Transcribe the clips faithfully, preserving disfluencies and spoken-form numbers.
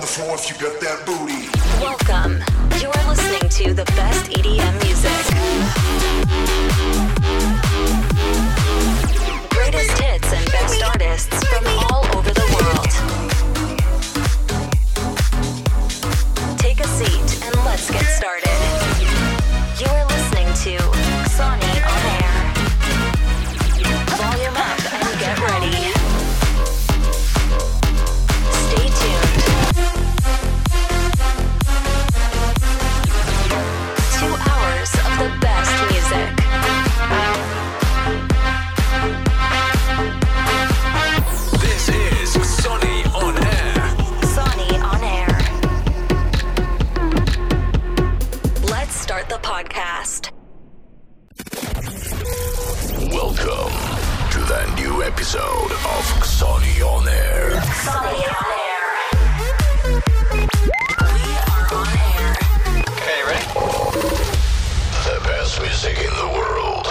the floor if you got that booty. Welcome. You are listening to the best E D M music. Greatest hits and best artists from all over the world. Take a seat and let's get started. You are listening to Xoni on Air. Volume up and get ready. Stay tuned. Two hours of the best music. This is Xoni on Air. Xoni on Air. Let's start the podcast. Welcome to the new episode of Xoni on Air. Xoni on Air. We are on air. Okay, ready? The best music in the world.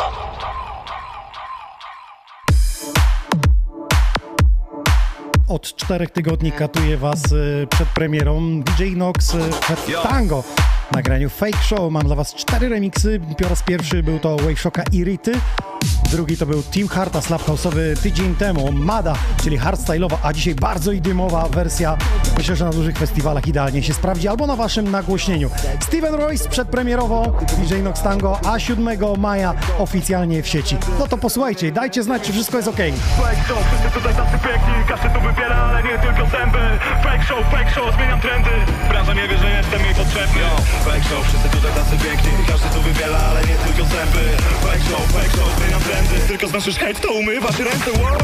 Od czterech tygodni katuje was y, przed premierą D J Nox y, Tango w nagraniu Fake Show. Mam dla was cztery remiksy. Po raz pierwszy był to Wave Shocka Irity. Drugi to był Team Harta Slap House'owy tydzień temu. Mada, czyli hardstyle'owa, a dzisiaj bardzo idymowa wersja. Myślę, że na dużych festiwalach idealnie się sprawdzi, albo na waszym nagłośnieniu. Steven Royce przedpremierowo, D J Nox Tango, a siódmego maja oficjalnie w sieci. No to posłuchajcie, dajcie znać, czy wszystko jest okej. Fake show, wszyscy tutaj tacy piękni, każdy tu wybiera, ale nie tylko zęby. Fake show, fake show, zmieniam trendy. Branża nie wie, że jestem jej potrzebny. Yo, fake show, wszyscy tutaj tacy piękni, każdy tu wybiera, ale nie tylko zęby. Fake show, fake show, zmieniam trendy. Tylko znosisz hejt, to umywasz ręce, wow.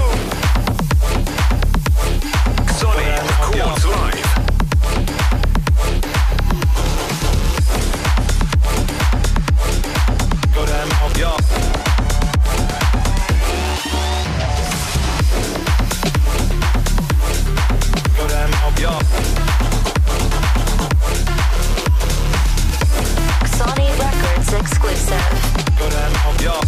Xoni Records Live. Go them off, yo. Go them off, yo. Xoni Records exclusive. Go them off, yo.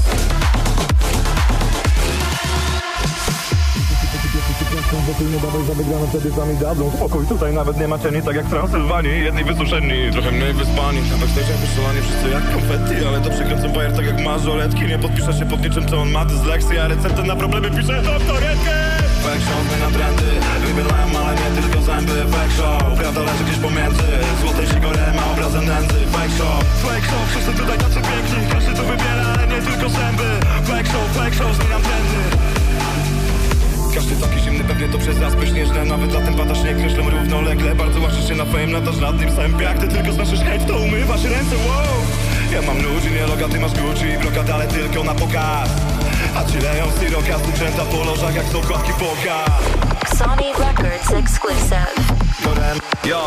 Wokół nie dawaj za wygraną, wtedy sami dadzą spokój. Tutaj nawet nie ma cieni, tak jak w Transylwanii. Jedni wysuszeni, trochę mniej wyspani. Na backstage wyszalani wszyscy jak konfetti, ale to przekręcą bajer tak jak mażoretki. Nie podpisze się pod niczym, co on ma dyslekcji, a receptę na problemy pisze doktoretkę. Fake show, zmieniam trendy, wybielają, ale nie tylko zęby. Fake show, prawda leży gdzieś pomiędzy złotej sigorem a obrazem nędzy. Fake show, fake show, wszyscy tutaj tacy piękni, każdy tu wybiera, ale nie tylko zęby. Fake show, fake show, zmieniam trendy. Każdy taki zimny, pewnie to przez zaspy śnieżne. Nawet latem pada śnieg, kreślę równolegle. Bardzo łażysz się na fame, nadasz żadnym sępie. Jak ty tylko znosisz hejt, to umywasz ręce, wow. Ja mam ludzi, nie loga, ty masz Gucci i blokad, ale tylko na pokaz. A ci leją siroka, stuczęta po lożach jak są kładki poka. Xoni Records exclusive. Go them, yo.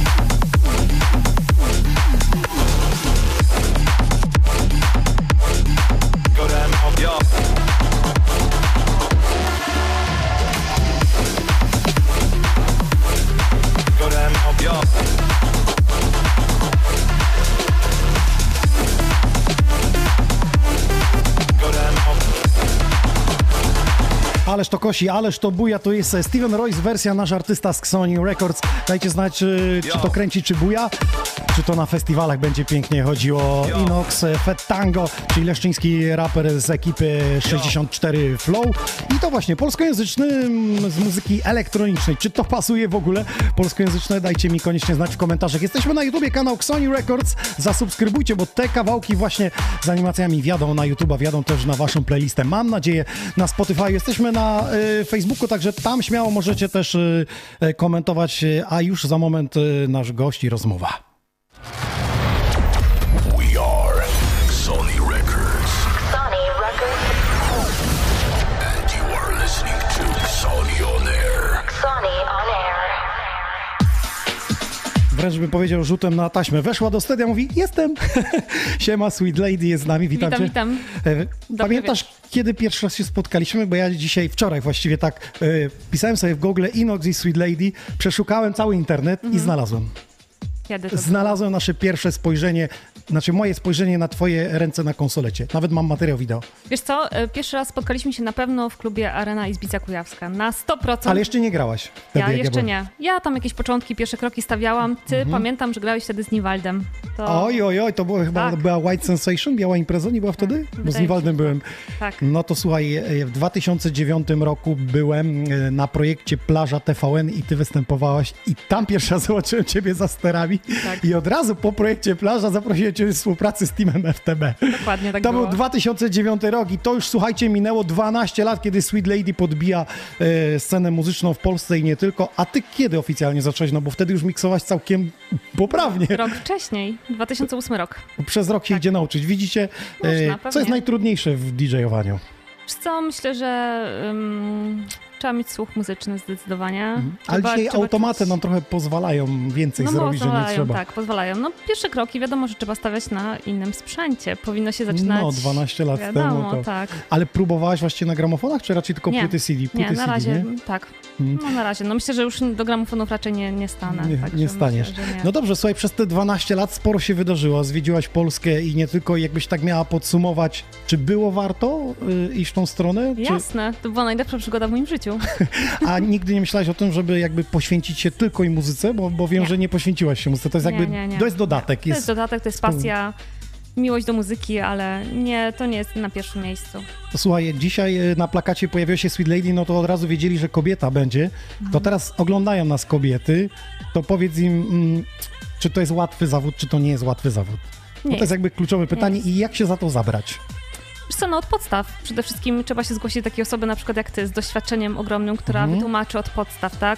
Go them, yo. Go them, yo. Go them, Ależ to kosi, ależ to buja, to jest Steven Royce, wersja nasz artysta z Xoni Records. Dajcie znać, czy, czy to kręci, czy buja, czy to na festiwalach będzie pięknie chodziło. Inox, Fat Tango, czyli leszczyński raper z ekipy sześćdziesiąt cztery Flow. I to właśnie polskojęzyczny z muzyki elektronicznej. Czy to pasuje w ogóle polskojęzyczne? Dajcie mi koniecznie znać w komentarzach. Jesteśmy na YouTubie, kanał Xoni Records. Zasubskrybujcie, bo te kawałki właśnie z animacjami wjadą na YouTube'a, wjadą też na waszą playlistę. Mam nadzieję na Spotify. Jesteśmy na y, Facebooku, także tam śmiało możecie też y, y, komentować, y, a już za moment y, nasz gość i rozmowa. We are Xoni Records. Xoni Records. And you are listening to Xoni on Air. Xoni on Air. Wręcz bym powiedział rzutem na taśmę. Weszła do studia, mówi, jestem. Siema, Sweet Lady jest z nami, witam, Witam, cię. witam. E, Pamiętasz, kiedy pierwszy raz się spotkaliśmy? Bo ja dzisiaj, wczoraj właściwie tak, e, pisałem sobie w Google Inox i Sweet Lady, przeszukałem cały internet Mhm. i znalazłem. Kiedy to Znalazłem nasze pierwsze spojrzenie znaczy moje spojrzenie na twoje ręce na konsolecie. Nawet mam materiał wideo. Wiesz co, pierwszy raz spotkaliśmy się na pewno w klubie Arena Izbica Kujawska. Na sto procent. Ale jeszcze nie grałaś wtedy, Ja jak jeszcze byłem. nie. Ja tam jakieś początki, pierwsze kroki stawiałam. Ty Mhm. pamiętam, że grałeś wtedy z Niwaldem. To... Oj, oj, oj, to było chyba Tak. była White Sensation, biała impreza, nie była wtedy? Bo z wydaje mi Niwaldem się, byłem. Tak. No to słuchaj, w dwa tysiące dziewiątym roku byłem na projekcie Plaża T V N i ty występowałaś i tam pierwszy raz zobaczyłem ciebie za sterami Tak. i od razu po projekcie Plaża zaprosiłem cię do współpracy z teamem F T B. Dokładnie tak To było. był dwa tysiące dziewiąty rok i to już, słuchajcie, minęło dwanaście lat, kiedy Sweet Lady podbija e, scenę muzyczną w Polsce i nie tylko. A ty kiedy oficjalnie zacząłeś? No bo wtedy już miksować całkiem poprawnie. Rok wcześniej, dwa tysiące ósmy rok. Przez rok się idzie nauczyć. Widzicie, Można, e, co pewnie. jest najtrudniejsze w didżejowaniu? Wiesz co, myślę, że um, trzeba mieć słuch muzyczny zdecydowanie. Mhm. Ale Trzeba- dzisiaj trzeba automaty czuć- nam trochę pozwalają więcej No zrobić, że nie pozwalają, trzeba. tak, pozwalają. No pierwsze kroki wiadomo, że trzeba stawiać na innym sprzęcie. Powinno się zaczynać... No, dwanaście lat wiadomo, temu to... tak. Ale próbowałaś właśnie na gramofonach, czy raczej tylko Nie. płyty C D? Płyty Nie, na C D, razie, nie? tak. Mhm. No na razie. No myślę, że już do gramofonów raczej nie, nie stanę. Nie, także nie staniesz. Myślę, że nie. No dobrze, słuchaj, przez te dwanaście lat sporo się wydarzyło. Zwiedziłaś Polskę i nie tylko, jakbyś tak miała podsumować, czy było warto y, iść w tą stronę? Czy... Jasne, to była najlepsza przygoda w moim życiu. A nigdy nie myślałaś o tym, żeby jakby poświęcić się tylko i muzyce? Bo, bo wiem, Nie. że nie poświęciłaś się muzyce. To jest Nie, jakby, nie, nie. to jest dodatek. To jest dodatek, to jest pasja, miłość do muzyki, ale nie, to nie jest na pierwszym miejscu. To słuchaj, dzisiaj y, na plakacie pojawiła się Sweet Lady, no to od razu wiedzieli, że kobieta będzie. To teraz oglądają nas kobiety, to powiedz im, mm, czy to jest łatwy zawód, czy to nie jest łatwy zawód? Bo Nie to jest jakby kluczowe pytanie jest. i jak się za to zabrać? Wiesz co, no od podstaw. Przede wszystkim trzeba się zgłosić do takiej osoby, na przykład jak ty, z doświadczeniem ogromnym, która Mhm. wytłumaczy od podstaw, tak?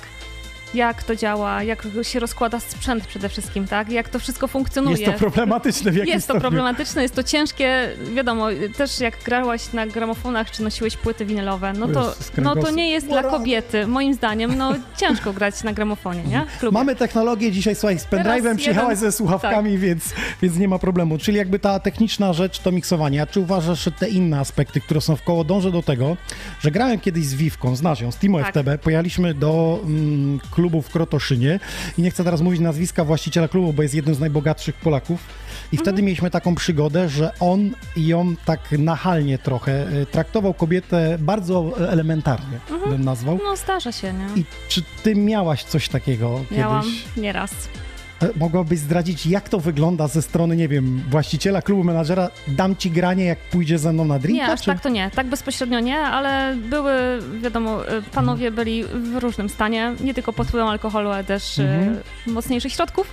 Jak to działa, jak się rozkłada sprzęt przede wszystkim, tak? Jak to wszystko funkcjonuje. Jest to problematyczne w jakimś Jest to stopniu. problematyczne, jest to ciężkie, wiadomo, też jak grałaś na gramofonach, czy nosiłeś płyty winylowe, no to, Jezus, no to kręgosłup. nie jest dla kobiety, moim zdaniem, no ciężko grać na gramofonie, nie? W klubie. Mamy technologię dzisiaj, słuchaj, z pendrive'em Teraz przyjechałaś jeden- ze słuchawkami, więc, więc nie ma problemu. Czyli jakby ta techniczna rzecz to miksowanie. A czy uważasz, że te inne aspekty, które są wkoło, dążę do tego, że grałem kiedyś z Wiwką, znasz ją, z Teamu Tak. F T B, pojechaliśmy do mm, klubu w Krotoszynie i nie chcę teraz mówić nazwiska właściciela klubu, bo jest jednym z najbogatszych Polaków. I wtedy Mhm. mieliśmy taką przygodę, że on ją tak nachalnie trochę y, traktował kobietę bardzo elementarnie, bym nazwał. No zdarza się, nie? I czy ty miałaś coś takiego Miałam kiedyś? nieraz. E, Mogłabyś zdradzić, jak to wygląda ze strony, nie wiem, właściciela klubu, menadżera? Dam ci granie, jak pójdzie ze mną na drinka? Nie, aż czy... tak to nie, tak bezpośrednio nie, ale były, wiadomo, y, panowie byli w różnym stanie, nie tylko pod wpływem alkoholu, ale też y, Mhm. mocniejszych środków.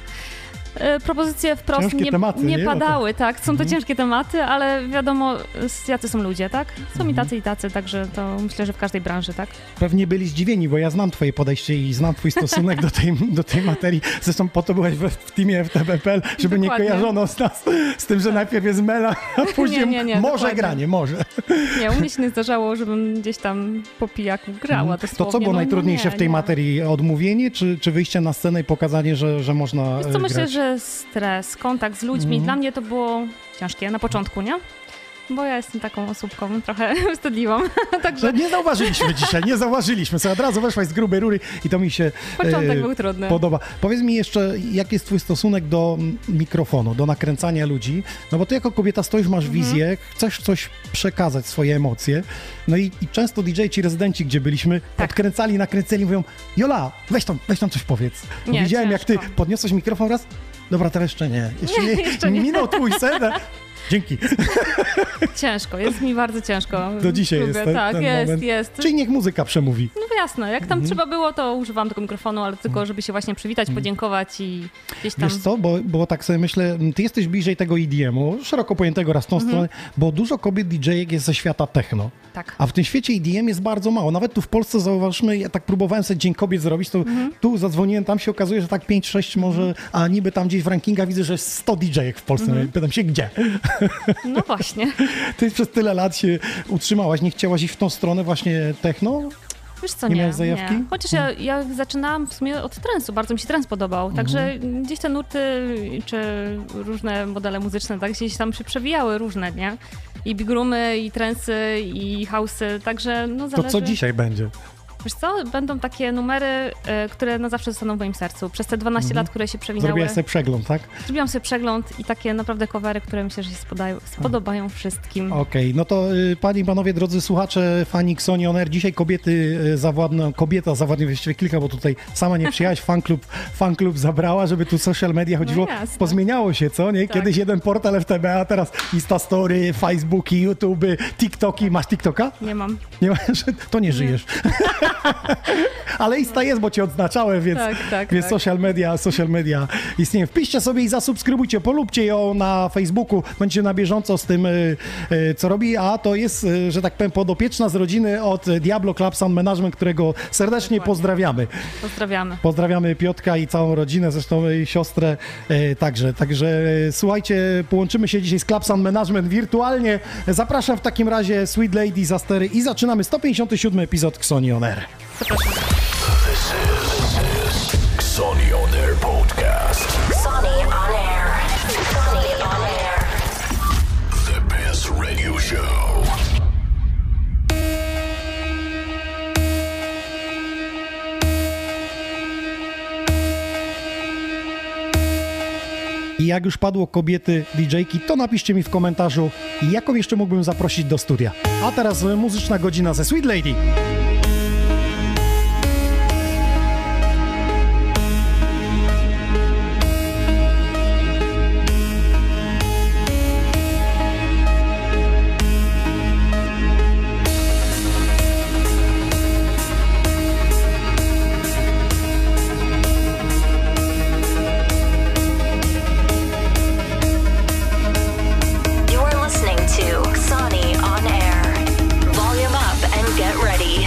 Y, Propozycje wprost Ciężkie nie, tematy, nie nie? padały, tak, są to Mhm. ciężkie tematy, ale wiadomo, s- jacy są ludzie, tak? Są Mhm. i tacy, i tacy, także to myślę, że w każdej branży, tak? Pewnie byli zdziwieni, bo ja znam twoje podejście i znam twój stosunek do tej, do tej materii. Zresztą po to byłeś w, w teamie F T B kropka P L, żeby nie Dokładnie. kojarzono z nas z tym, że najpierw jest mela, a później nie, nie, może dokładnie. granie, może. Nie, u mnie się nie zdarzało, żebym gdzieś tam po pijaku grała To dosłownie. co było no, najtrudniejsze no nie, w tej nie. materii? Odmówienie, czy, czy wyjście na scenę i pokazanie, że, że można Wiesz e, co, myślę, grać? że stres, kontakt z ludźmi, Mhm. dla mnie to było ciężkie na początku, nie? Bo ja jestem taką osóbką trochę wstydliwą, także Że nie zauważyliśmy dzisiaj, nie zauważyliśmy. Sobie od razu weszłaś z grubej rury i to mi się początek e, był trudny. podoba. Powiedz mi jeszcze, jaki jest twój stosunek do mm, mikrofonu, do nakręcania ludzi? No bo ty jako kobieta stoisz, masz Mhm. wizję, chcesz coś przekazać, swoje emocje. No i, i często D J ci rezydenci, gdzie byliśmy, Tak. podkręcali, nakręcali, mówią: Jola, weź tam, weź tam coś powiedz. Bo Nie, widziałem, jak ty ciężko. podniosłeś mikrofon raz. Dobra, teraz jeszcze nie. Jeszcze Nie, nie, jeszcze nie. minął twój sen. Dzięki. Ciężko, jest mi bardzo ciężko. Do dzisiaj Lubię, jest ten, Tak, ten jest, moment. jest. Czyli niech muzyka przemówi. No jasne, jak tam Mhm. trzeba było, to używam tego mikrofonu, ale tylko, żeby się właśnie przywitać, podziękować i gdzieś tam... Wiesz co, bo, bo tak sobie myślę, ty jesteś bliżej tego E D M-u, szeroko pojętego raz w tą Mhm. stronę, bo dużo kobiet D J-ek jest ze świata techno. Tak. A w tym świecie E D M jest bardzo mało. Nawet tu w Polsce zauważmy, ja tak próbowałem sobie Dzień Kobiet zrobić, to Mhm. tu zadzwoniłem, tam się okazuje, że tak pięć sześć może, a niby tam gdzieś w rankingach widzę, że jest sto D J-ek w Polsce. Mhm. Pytam się, gdzie? No właśnie. Ty przez tyle lat się utrzymałaś, nie chciałaś iść w tą stronę właśnie techno? Wiesz co, Nie nie, miałeś zajawki? nie. Chociaż ja, ja zaczynałam w sumie od transu, bardzo mi się trans podobał, także Mhm. gdzieś te nuty czy różne modele muzyczne tak gdzieś tam się przewijały różne, nie? I big roomy, i transy, i house'y, także no To zależy. co dzisiaj będzie? Wiesz co, będą takie numery, y, które na zawsze zostaną w moim sercu. Przez te dwanaście Mhm. lat, które się przewinęły. Zrobiłaś sobie przegląd, tak? Zrobiłam sobie przegląd i takie naprawdę covery, które myślę, że się spodają, spodobają wszystkim. Okej, no to y, panie i panowie, drodzy słuchacze, fani Xoni On Air, dzisiaj kobiety y, zawładną, kobieta zawładnie właściwie kilka, bo tutaj sama nie przyjechać, fanklub, fanklub zabrała, żeby tu social media chodziło. No jasne. Pozmieniało się, co? Nie? Tak. Kiedyś jeden portal F T B, a teraz Instastory, Facebooki, YouTube, TikToki. Masz TikToka? Nie mam. Nie masz? To nie żyjesz. Ale Insta jest, bo cię odznaczałem, więc, Tak, tak, więc tak. social media, social media istnieją. Wpiszcie sobie i zasubskrybujcie, polubcie ją na Facebooku, będziecie na bieżąco z tym, y, y, co robi, a to jest, y, że tak powiem, podopieczna z rodziny od Diablo Club Sound Management, którego serdecznie Dokładnie. pozdrawiamy. Pozdrawiamy. Pozdrawiamy Piotka i całą rodzinę, zresztą i siostrę e, także. Także e, słuchajcie, połączymy się dzisiaj z Club Sound Management wirtualnie. Zapraszam w takim razie Sweet Lady za stery i zaczynamy sto pięćdziesiąty siódmy epizod Xoni On Air. Zapraszam. This is Xoni On Air Podcast. Sonny on air. Sonny on air. The best radio show. I jak już padło kobiety didżejki, to napiszcie mi w komentarzu, jaką jeszcze mógłbym zaprosić do studia. A teraz e, muzyczna godzina ze Sweet Lady. You're listening to Sonny on air. Volume up and get ready.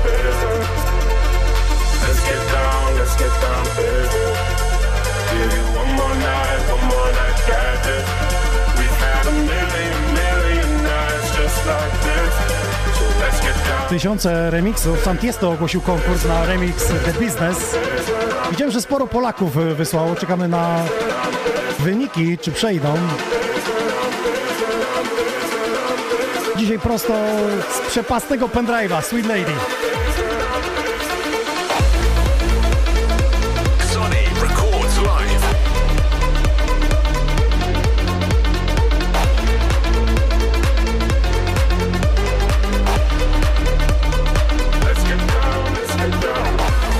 business. Let's get down, let's get down to business. Give you one more night, one more night, got this. We've had a million, million nights just like this. So let's get down. Tysiące remixów. Sam Tiesto ogłosił konkurs na remix The Business. Widziałem, że sporo Polaków wysłało. Czekamy na wyniki, czy przejdą. Dzisiaj prosto z przepastnego pendrive'a, Sweet Lady. Sony Records Live. Let's get down, let's get down.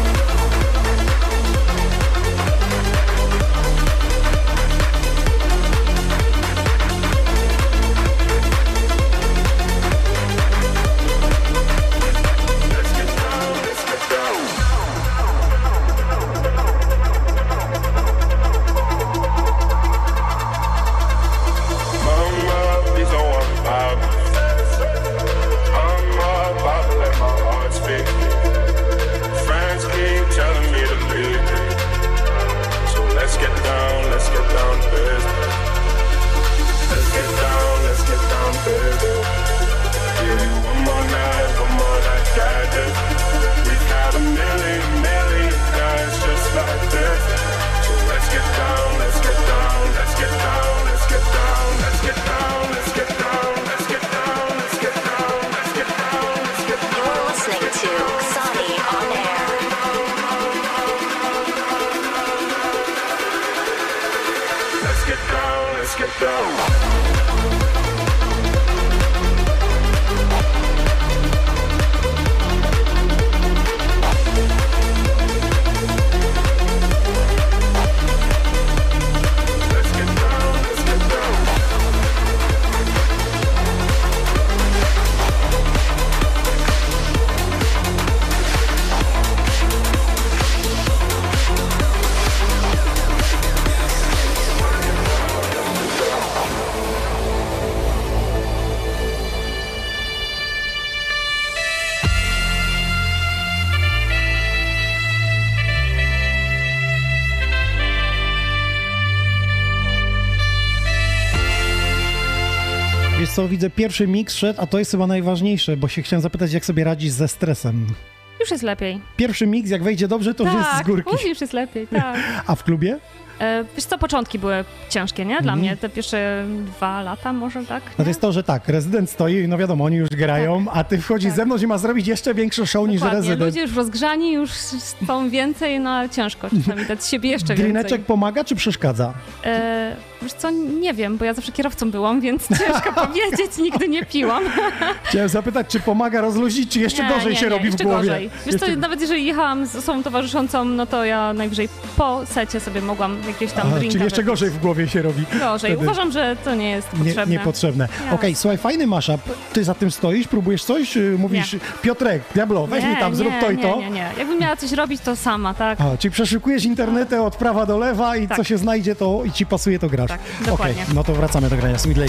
Co widzę, pierwszy mix szedł, a to jest chyba najważniejsze, bo się chciałem zapytać, jak sobie radzisz ze stresem. Już jest lepiej. Pierwszy mix, jak wejdzie dobrze, to tak, już jest z górki. już jest lepiej, tak. A w klubie? E, wiesz co, początki były ciężkie, nie? Dla mm. mnie te pierwsze dwa lata może, tak? Nie? No to jest to, że tak, rezydent stoi, no wiadomo, oni już grają, tak, a ty wchodzisz tak. ze mną i masz zrobić jeszcze większe show niż rezydent. Ludzie już rozgrzani, już chcą więcej, no ale ciężko czasami dać z siebie jeszcze więcej. Drineczek pomaga czy przeszkadza? E, wiesz co, nie wiem, bo ja zawsze kierowcą byłam, więc ciężko powiedzieć, nigdy nie piłam. Chciałem zapytać, czy pomaga rozluźnić, czy jeszcze nie, gorzej nie, się nie, robi w głowie? Gorzej. Wiesz jeszcze... co, nawet jeżeli jechałam z osobą towarzyszącą, no to ja najwyżej po secie sobie mogłam jakieś tam drinka. Czyli jeszcze gorzej w głowie się robi. Gorzej. Wtedy. Uważam, że to nie jest potrzebne. Nie, niepotrzebne. Okej, okay, słuchaj, fajny mashup. Ty za tym stoisz, próbujesz coś? Mówisz, nie. Piotrek, Diablo, weź nie, mi tam, nie, zrób to nie, i to. Nie, nie, nie. Jakbym miała coś robić, to sama, tak? A, czyli przeszukujesz internety od prawa do lewa i tak. co się znajdzie, to i ci pasuje, to grasz. Tak, dokładnie. Okay, no to wracamy do grania. Sweet Lady.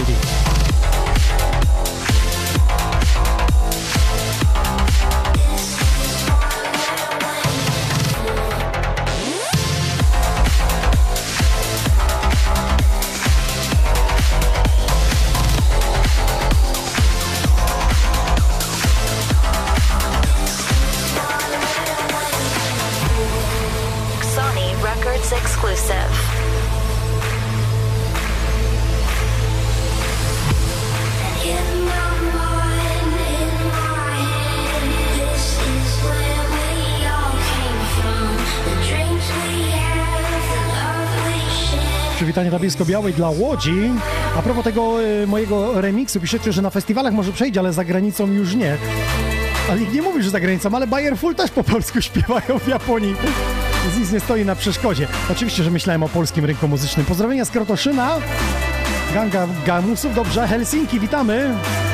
Przywitanie dla Bielsko-Białej, dla Łodzi. A propos tego y, mojego remiksu, piszecie, że na festiwalach może przejdzie, ale za granicą już nie. Ale nikt nie mówi, że za granicą, ale Bayerful też po polsku śpiewają w Japonii. Więc nic nie stoi na przeszkodzie. Oczywiście, że myślałem o polskim rynku muzycznym. Pozdrowienia z Krotoszyna. Ganga Gamusów, dobrze. Helsinki, witamy.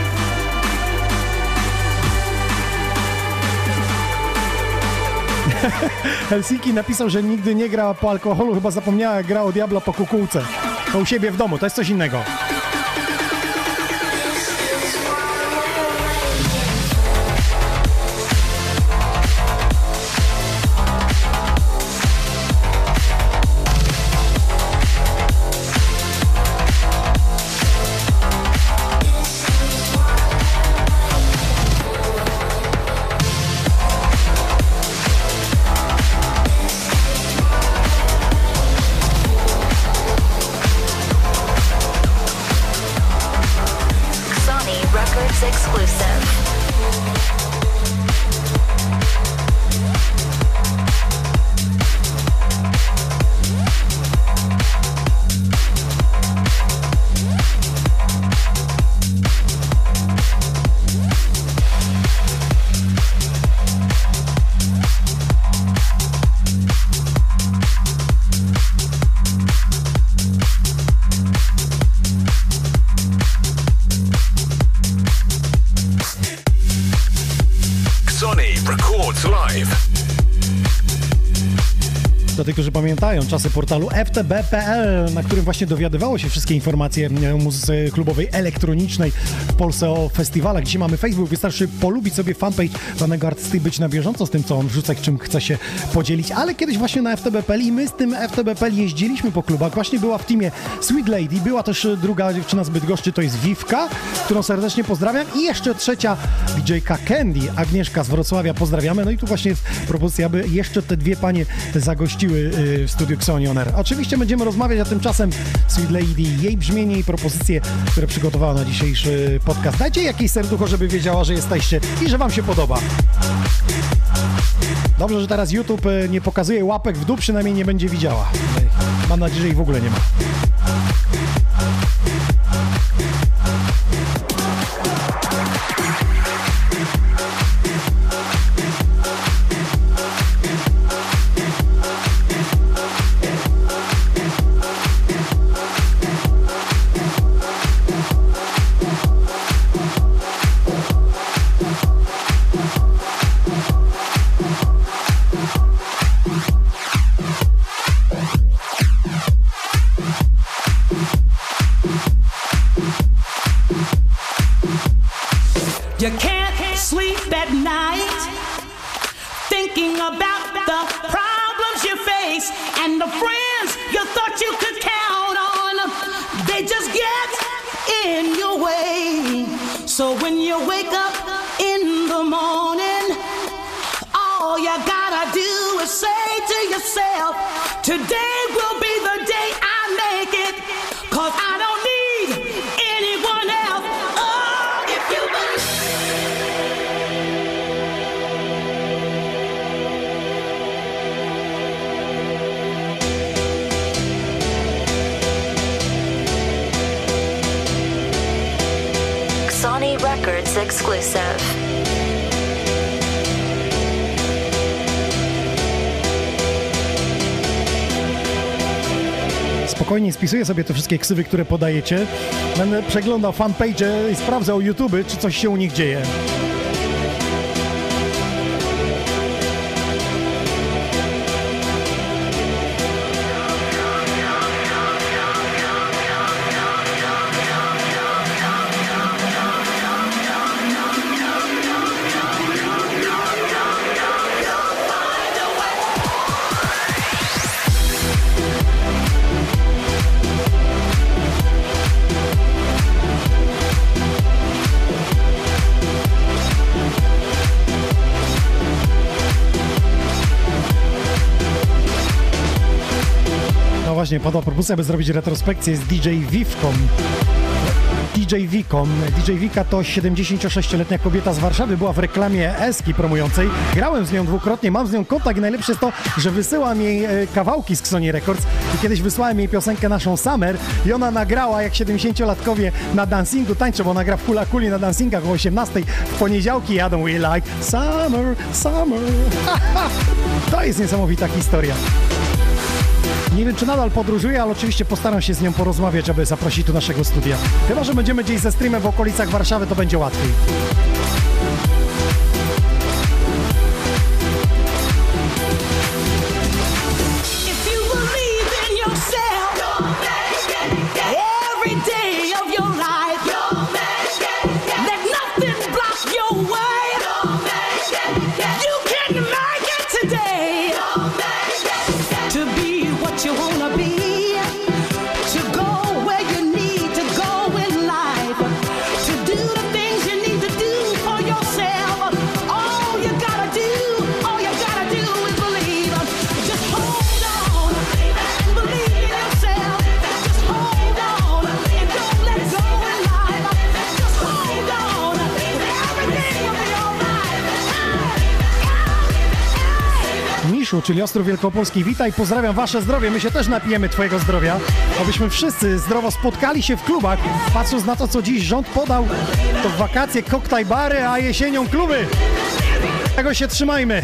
Helsinki napisał, że nigdy nie gra po alkoholu, chyba zapomniała, jak gra o Diablo po kukułce. To u siebie w domu, to jest coś innego. Records Live. Dla tych, którzy pamiętają czasy portalu F T B kropka P L, na którym właśnie dowiadywało się wszystkie informacje o muzyce klubowej, elektronicznej w Polsce, o festiwalach. Dzisiaj mamy Facebook, wystarczy polubić sobie fanpage danego artysty i być na bieżąco z tym, co on wrzuca, czym chce się podzielić. Ale kiedyś właśnie na F T B kropka P L i my z tym F T B kropka P L jeździliśmy po klubach. Właśnie była w teamie Sweet Lady, była też druga dziewczyna z Bydgoszczy, to jest Wiwka, którą serdecznie pozdrawiam, i jeszcze trzecia D J-ka Candy, Agnieszka z Wrocławia, pozdrawiamy. No i tu właśnie jest propozycja, aby jeszcze te dwie panie zagościły w studiu Xoni On Air. Oczywiście będziemy rozmawiać, a tymczasem Sweet Lady, jej brzmienie i propozycje, które przygotowała na dzisiejszy podcast. Dajcie jakieś serducho, żeby wiedziała, że jesteście i że wam się podoba. Dobrze, że teraz YouTube nie pokazuje łapek w dół, przynajmniej nie będzie widziała. Mam nadzieję, że ich w ogóle nie ma. You can't sleep at night thinking about the problems you face and the friends you thought you could count on. They just get in your way. So when you wake up in the morning, all you gotta do is say to yourself, today will be the day I make it, 'cause I don't need anyone else. Oh, if you believe. Sony Records exclusive. Spokojnie spisuję sobie te wszystkie ksywy, które podajecie. Będę przeglądał fanpage i sprawdzał YouTube, czy coś się u nich dzieje. Właśnie padła propozycja, aby zrobić retrospekcję z D J Wiwką. D J Wiką. D J Wika to siedemdziesięciosześcioletnia kobieta z Warszawy, była w reklamie Eski promującej. Grałem z nią dwukrotnie, mam z nią kontakt i najlepsze jest to, że wysyłam jej kawałki z Xoni Records i kiedyś wysłałem jej piosenkę naszą Summer i ona nagrała, jak siedemdziesięciolatkowie na dancingu tańczą, bo ona gra w Hula Kuli na dancingach o osiemnastej w poniedziałki jadą We Like Summer, Summer. To jest niesamowita historia. Nie wiem, czy nadal podróżuję, ale oczywiście postaram się z nią porozmawiać, aby zaprosić do naszego studia. Chyba że będziemy gdzieś ze streamem w okolicach Warszawy, to będzie łatwiej. Czyli Ostrów Wielkopolski. Witaj, pozdrawiam, wasze zdrowie. My się też napijemy twojego zdrowia, abyśmy wszyscy zdrowo spotkali się w klubach. Patrząc na to, co dziś rząd podał, to w wakacje koktajl bary, a jesienią kluby. Tego się trzymajmy.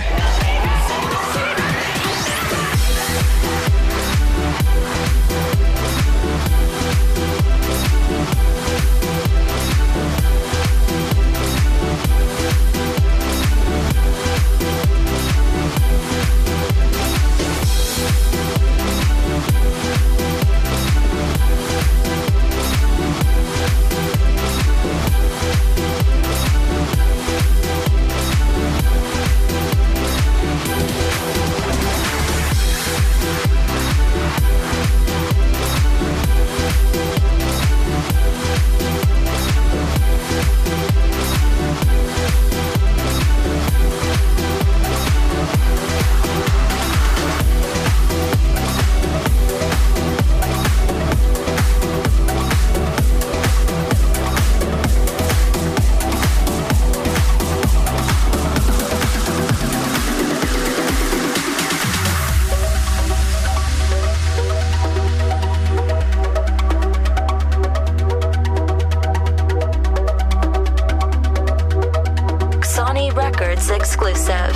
exclusive.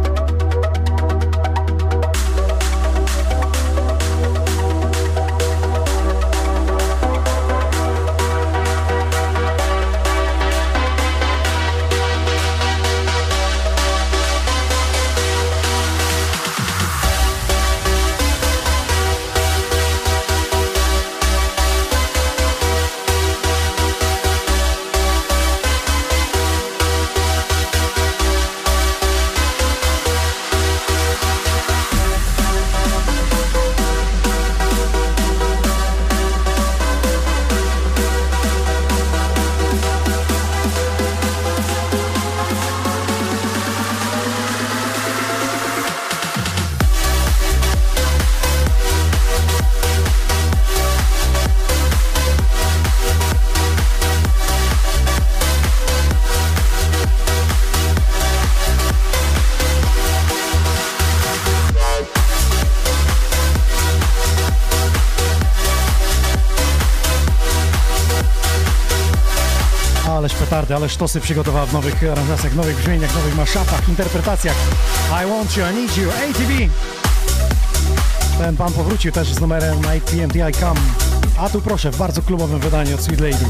Petardy, ale sztosy przygotowała w nowych aranżacjach, nowych brzmieniach, nowych mashupach, interpretacjach. I Want You, I Need You, A T B. Ten pan powrócił też z numerem I P M T I Come. A tu proszę, w bardzo klubowym wydaniu od Sweet Lady.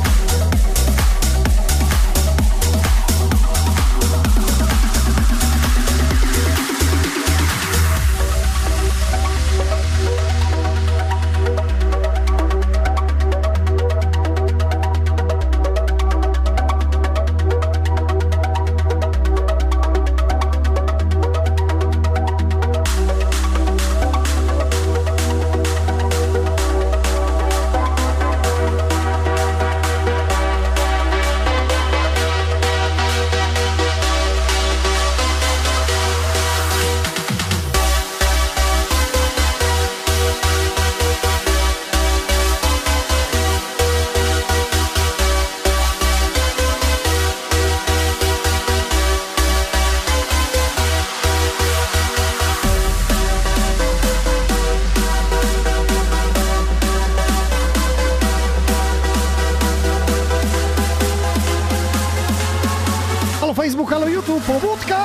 Facebook, halo YouTube, pobudka!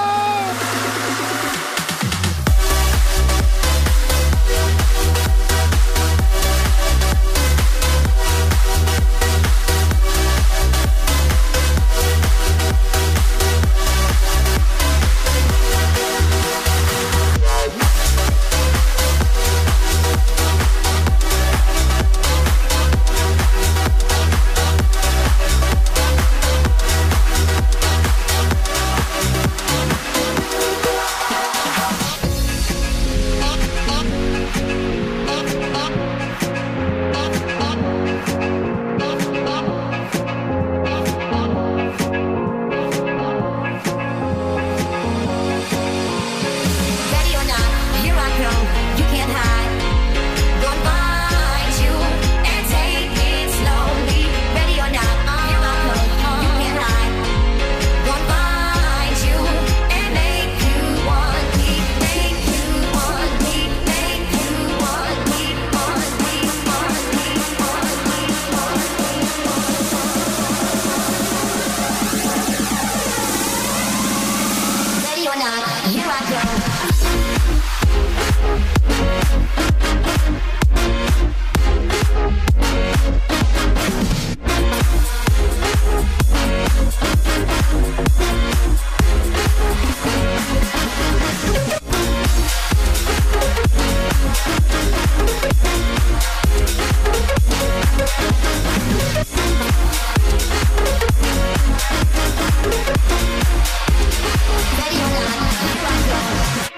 Ready or not, here I go.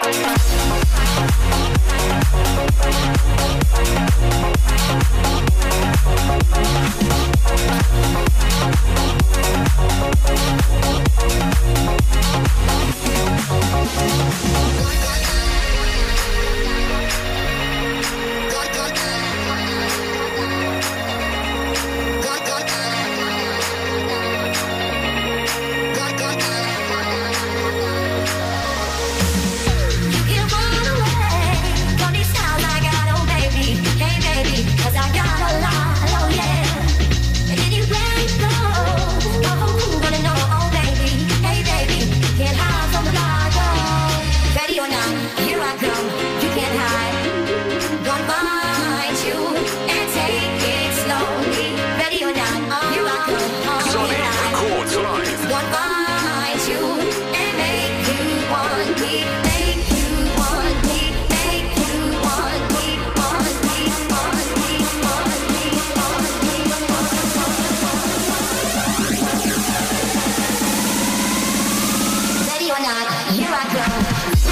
not, here I go.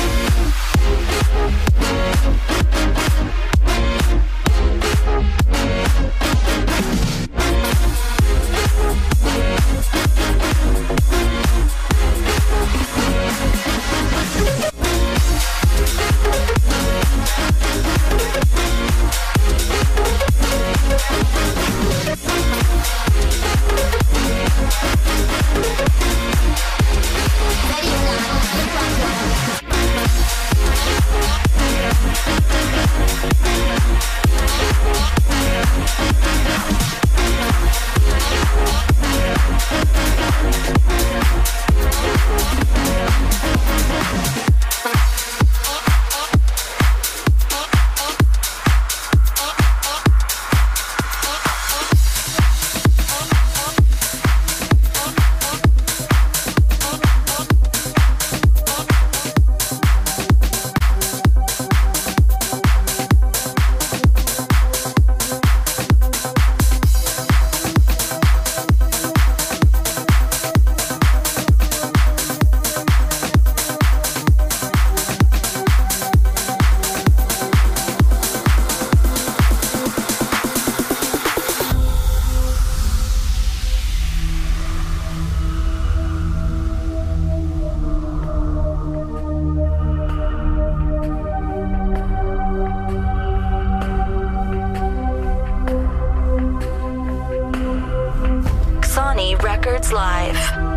Records Live.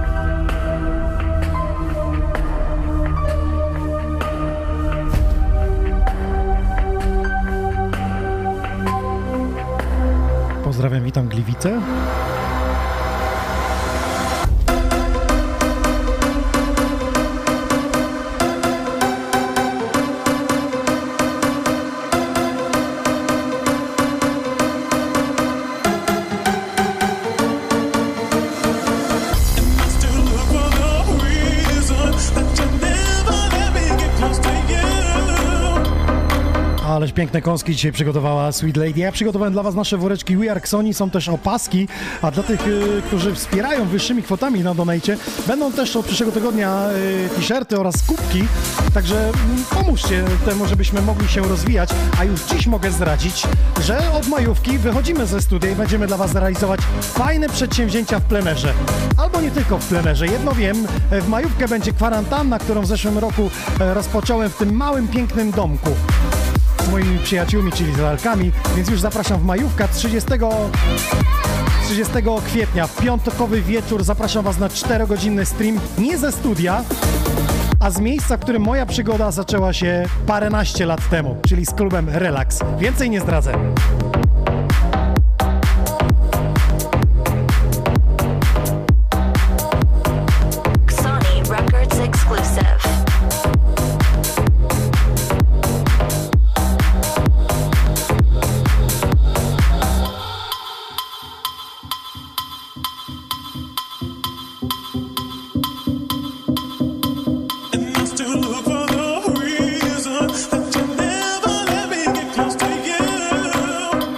Pozdrawiam, witam Gliwice. Ależ piękne kąski dzisiaj przygotowała Sweet Lady. Ja przygotowałem dla Was nasze woreczki We Are Xoni, są też opaski, a dla tych, y, którzy wspierają wyższymi kwotami na donajcie, będą też od przyszłego tygodnia y, t-shirty oraz kubki, także y, pomóżcie temu, żebyśmy mogli się rozwijać, a już dziś mogę zdradzić, że od majówki wychodzimy ze studia i będziemy dla Was realizować fajne przedsięwzięcia w plenerze. Albo nie tylko w plenerze. Jedno wiem, w majówkę będzie kwarantanna, którą w zeszłym roku y, rozpocząłem w tym małym, pięknym domku z moimi przyjaciółmi, czyli z lalkami, więc już zapraszam w majówkę trzydziestego kwietnia, w piątkowy wieczór zapraszam Was na czterogodzinny stream, nie ze studia, a z miejsca, w którym moja przygoda zaczęła się paręnaście lat temu, czyli z klubem Relax. Więcej nie zdradzę. Sony Records exclusive. Close to you.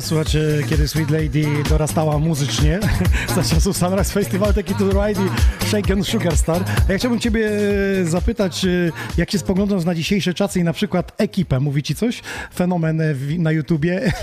czas słuchać, kiedy Sweet Lady dorastała muzycznie. Za czasów Sunrise Festival, taki to Ride Shaken Sugar Star. A ja chciałbym ciebie zapytać, jak się spoglądasz na dzisiejsze czasy i na przykład ekipę. Mówi ci coś? Fenomen na YouTubie.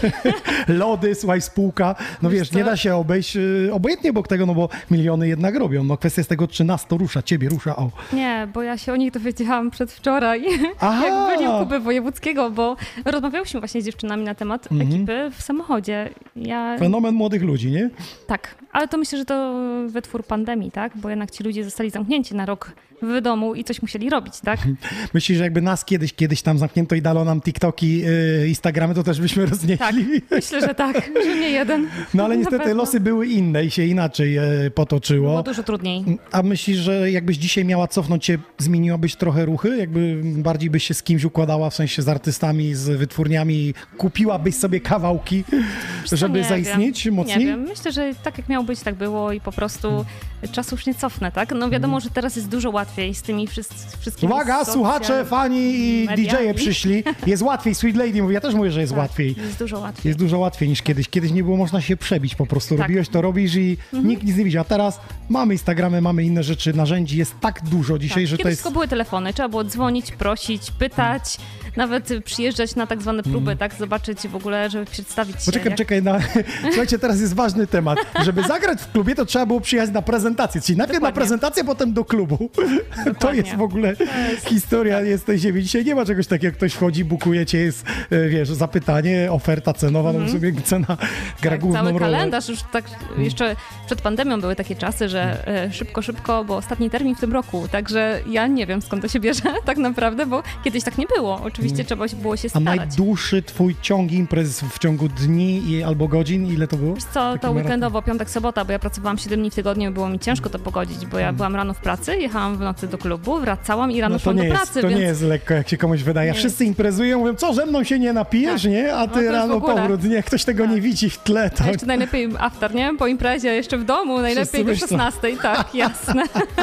Lody, słuchaj, spółka. No wiesz, nie da się obejść obojętnie obok tego, no bo miliony jednak robią. No kwestia jest tego, czy nas to rusza, ciebie rusza. O. Nie, bo ja się o nich dowiedziałam przedwczoraj, Aha. jak byli u Kuby Wojewódzkiego, bo rozmawiałyśmy właśnie z dziewczynami na temat mhm. ekipy w samochodzie. Ja... Fenomen młodych ludzi, nie? Tak, ale to myślę, że to wytwór pandemii, tak? Bo jednak ci ludzie zostali zamknięci na rok w domu i coś musieli robić, tak? Myślisz, że jakby nas kiedyś, kiedyś tam zamknięto i dalo nam TikToki, yy, Instagramy, to też byśmy roznieśli? Tak, myślę, że tak, że nie jeden. No ale niestety losy były inne i się inaczej yy, potoczyło. Było dużo trudniej. A myślisz, że jakbyś dzisiaj miała cofnąć się, zmieniłabyś trochę ruchy? Jakby bardziej byś się z kimś układała, w sensie z artystami, z wytwórniami, kupiłabyś sobie kawałki, Co, żeby zaistnieć wiem. mocniej? Nie wiem, myślę, że tak jak miało być, tak było i po prostu czasu już nie cofnę, tak? No wiadomo, że teraz jest dużo łatwiej z tymi wszystkimi... Uwaga, słuchacze, fani i D J-e przyszli. Jest łatwiej, Sweet Lady mówi, ja też mówię, że jest tak, łatwiej. Jest dużo łatwiej. Jest dużo łatwiej niż kiedyś. Kiedyś nie było można się przebić po prostu. Tak. Robiłeś to, robisz i mhm. nikt nic nie widział. A teraz mamy Instagramy, mamy inne rzeczy, narzędzi, jest tak dużo dzisiaj, tak. że Kiedyś to jest... tylko były telefony, trzeba było dzwonić, prosić, pytać, nawet przyjeżdżać na tak zwane próby, mm. tak, zobaczyć w ogóle, żeby przedstawić się. Poczekaj, jak... czekaj, na... słuchajcie, teraz jest ważny temat. Żeby zagrać w klubie, to trzeba było przyjechać na prezentację, czyli najpierw Dokładnie. na prezentację, potem do klubu. Dokładnie. To jest w ogóle jest... historia jest tej ziemi. Dzisiaj nie ma czegoś takiego, jak ktoś wchodzi, bukuje cię, jest, wiesz, zapytanie, oferta cenowa, mm. no sobie cena gra tak, główną cały rolę. kalendarz już tak, jeszcze przed pandemią były takie czasy, że e, szybko, szybko, bo ostatni termin w tym roku, także ja nie wiem, skąd to się bierze tak naprawdę, bo kiedyś tak nie było. Oczywiście trzeba było się A starać. najdłuższy twój ciąg imprez w ciągu dni i, albo godzin, ile to było? Wiesz co, to weekendowo, piątek, sobota, bo ja pracowałam siedem dni w tygodniu i było mi ciężko to pogodzić, bo ja hmm. byłam rano w pracy, jechałam w nocy do klubu, wracałam i rano no to szłam nie do jest, pracy, To więc... nie jest lekko, jak się komuś wydaje. Wszyscy imprezują, mówią, co, ze mną się nie napijesz, tak. nie? A ty no rano powrót, nie? Ktoś tego tak. nie widzi w tle. Tak. A jeszcze najlepiej after, nie? Po imprezie, jeszcze w domu, najlepiej do szesnastej, tak, jasne.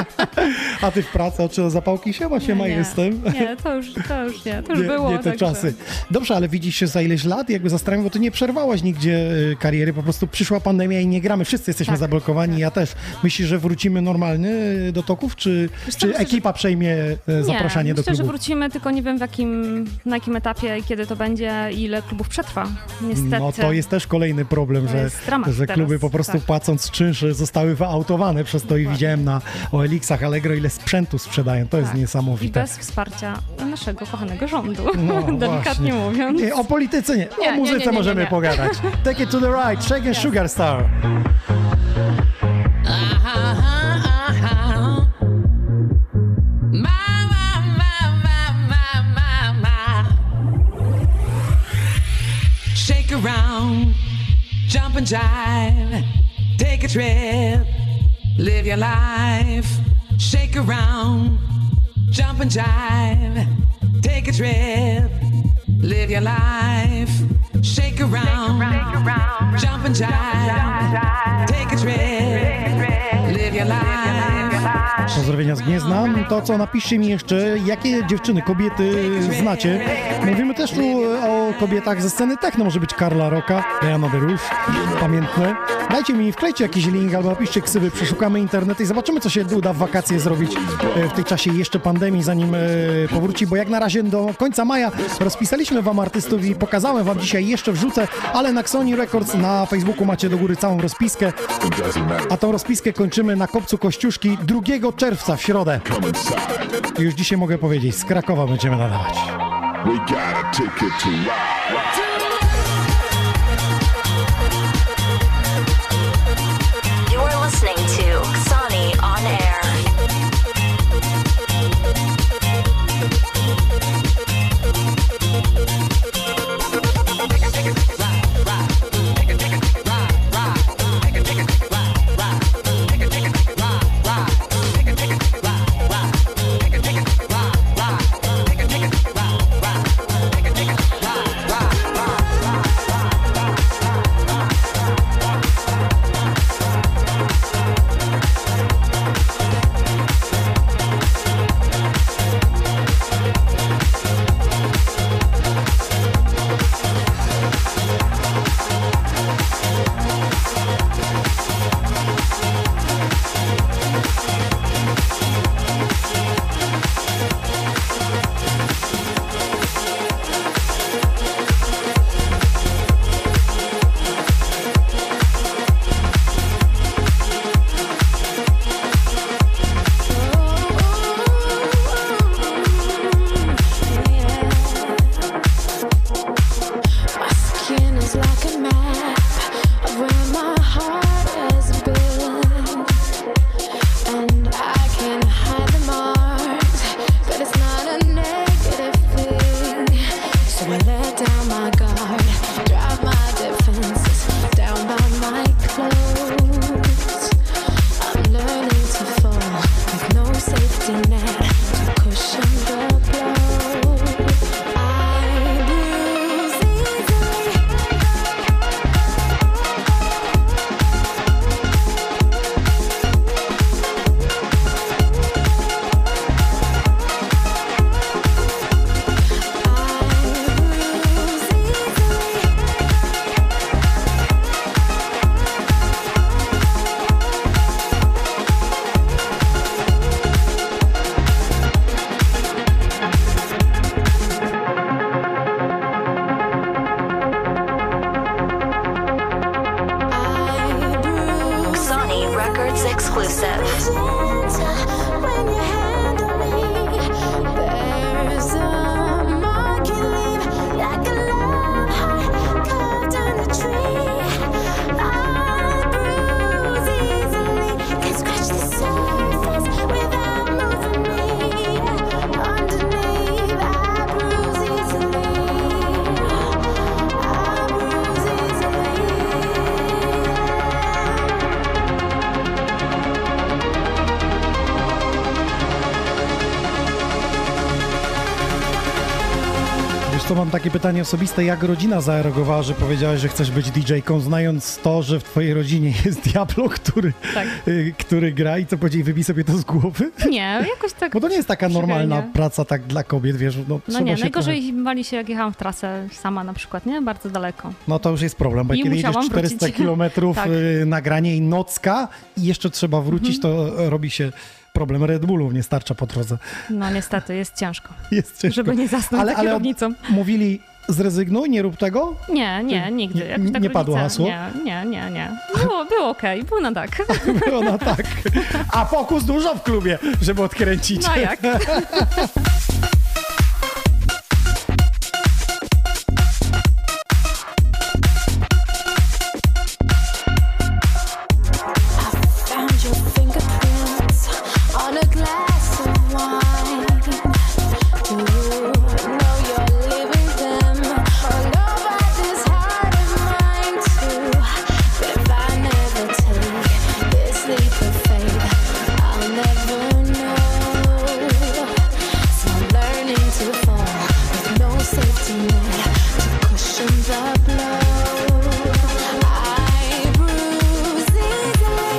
A ty w pracy, czy zapałki się ma, się ma, jestem? Nie, to już, to już nie, to już nie, było. Nie te także... czasy. Dobrze, ale widzisz się za ileś lat? Jakby zastanawiam, bo ty nie przerwałaś nigdzie kariery, po prostu przyszła pandemia i nie gramy. Wszyscy jesteśmy tak, zablokowani, tak. ja też. Myślisz, że wrócimy normalnie do toków, czy, czy myślę, ekipa że... przejmie zaproszenie nie, do myślę, klubu? że wrócimy, tylko nie wiem w jakim, na jakim etapie i kiedy to będzie, ile klubów przetrwa. Niestety. No to jest też kolejny problem, że, że kluby teraz, po prostu tak. płacąc czynsz zostały wyautowane przez to i widziałem na O L X-ach Allegro, ile sprzętu sprzedają. To tak. jest niesamowite. I bez wsparcia naszego kochanego rządu, no, delikatnie właśnie. mówiąc. Nie, o polityce nie, nie o muzyce nie, nie, nie, możemy nie, nie. pogadać. Take it to the right, Shaken yes. Sugar Star. Shake around, jump and jive, take a trip, live your life. Shake around, jump and jive, take a trip, live your life. Shake around, jump and jive, take a trip, live your life. Pozdrowienia z Gniezna. To co, napiszcie mi jeszcze, jakie dziewczyny, kobiety znacie. Mówimy też tu o kobietach ze sceny techno, może być Karla Rocka, Diana de Rouge, pamiętne. Dajcie mi, wklejcie jakiś link albo napiszcie ksywy, przeszukamy internet i zobaczymy, co się uda w wakacje zrobić w tej czasie jeszcze pandemii, zanim powróci, bo jak na razie do końca maja rozpisaliśmy wam artystów i pokazałem wam dzisiaj, jeszcze wrzucę, ale na Sony Records na Facebooku macie do góry całą rozpiskę, a tą rozpiskę kończymy na Kopcu Kościuszki drugiego czerwca w środę. I już dzisiaj mogę powiedzieć, z Krakowa będziemy nadawać. You're listening to Sony on Air. Rock, rock, co, mam takie pytanie osobiste. Jak rodzina zareagowała, że powiedziałaś, że chcesz być didżejką, znając to, że w twojej rodzinie jest Diablo, który, tak. y, który gra i co powiedzieli, wybij sobie to z głowy? Nie, jakoś tak. Bo to nie jest taka normalna przychylnie. praca tak dla kobiet, wiesz. No, No nie, się najgorzej trochę... bali się, jak jechałam w trasę sama na przykład, nie? Bardzo daleko. No to już jest problem, bo I kiedy jedziesz musiałam czterysta wrócić. kilometrów Tak. y, nagranie i nocka i jeszcze trzeba wrócić, Mhm. to robi się problem. Red Bullów nie starcza po drodze. No niestety, jest ciężko. Jest ciężko. Żeby nie zasnąć ale, za ale kierownicą. mówili, zrezygnuj, nie rób tego? Nie, nie, nigdy. Nie- Jakoś tak nie padło rodzice- hasło? Nie, nie, nie, nie. Było, było okej, było na tak. Było no tak. A pokus dużo w klubie, żeby odkręcić. No jak? Found your fingerprints on a glass of wine. Do you know you're living them all over this heart of mine too? But if I never take this leap of faith, I'll never know. So I'm learning to fall with no safety net to cushion the blow. I bruise easily.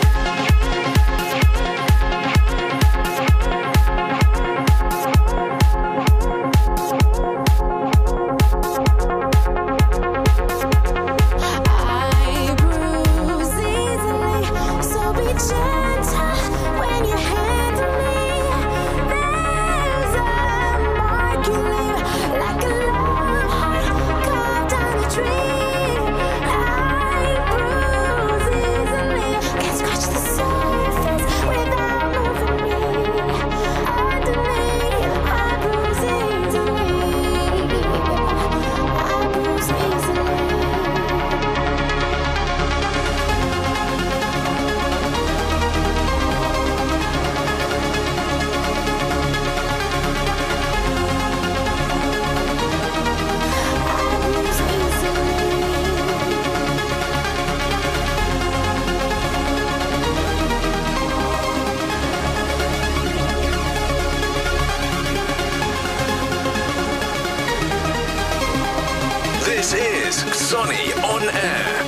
I bruise easily, so be gentle when you handle me. There's a mark you leave, like a love heart carved on a tree. I bruise easily, can't scratch the surface without moving me. Underneath, I bruise easily. I bruise easily. This is Sonny on Air.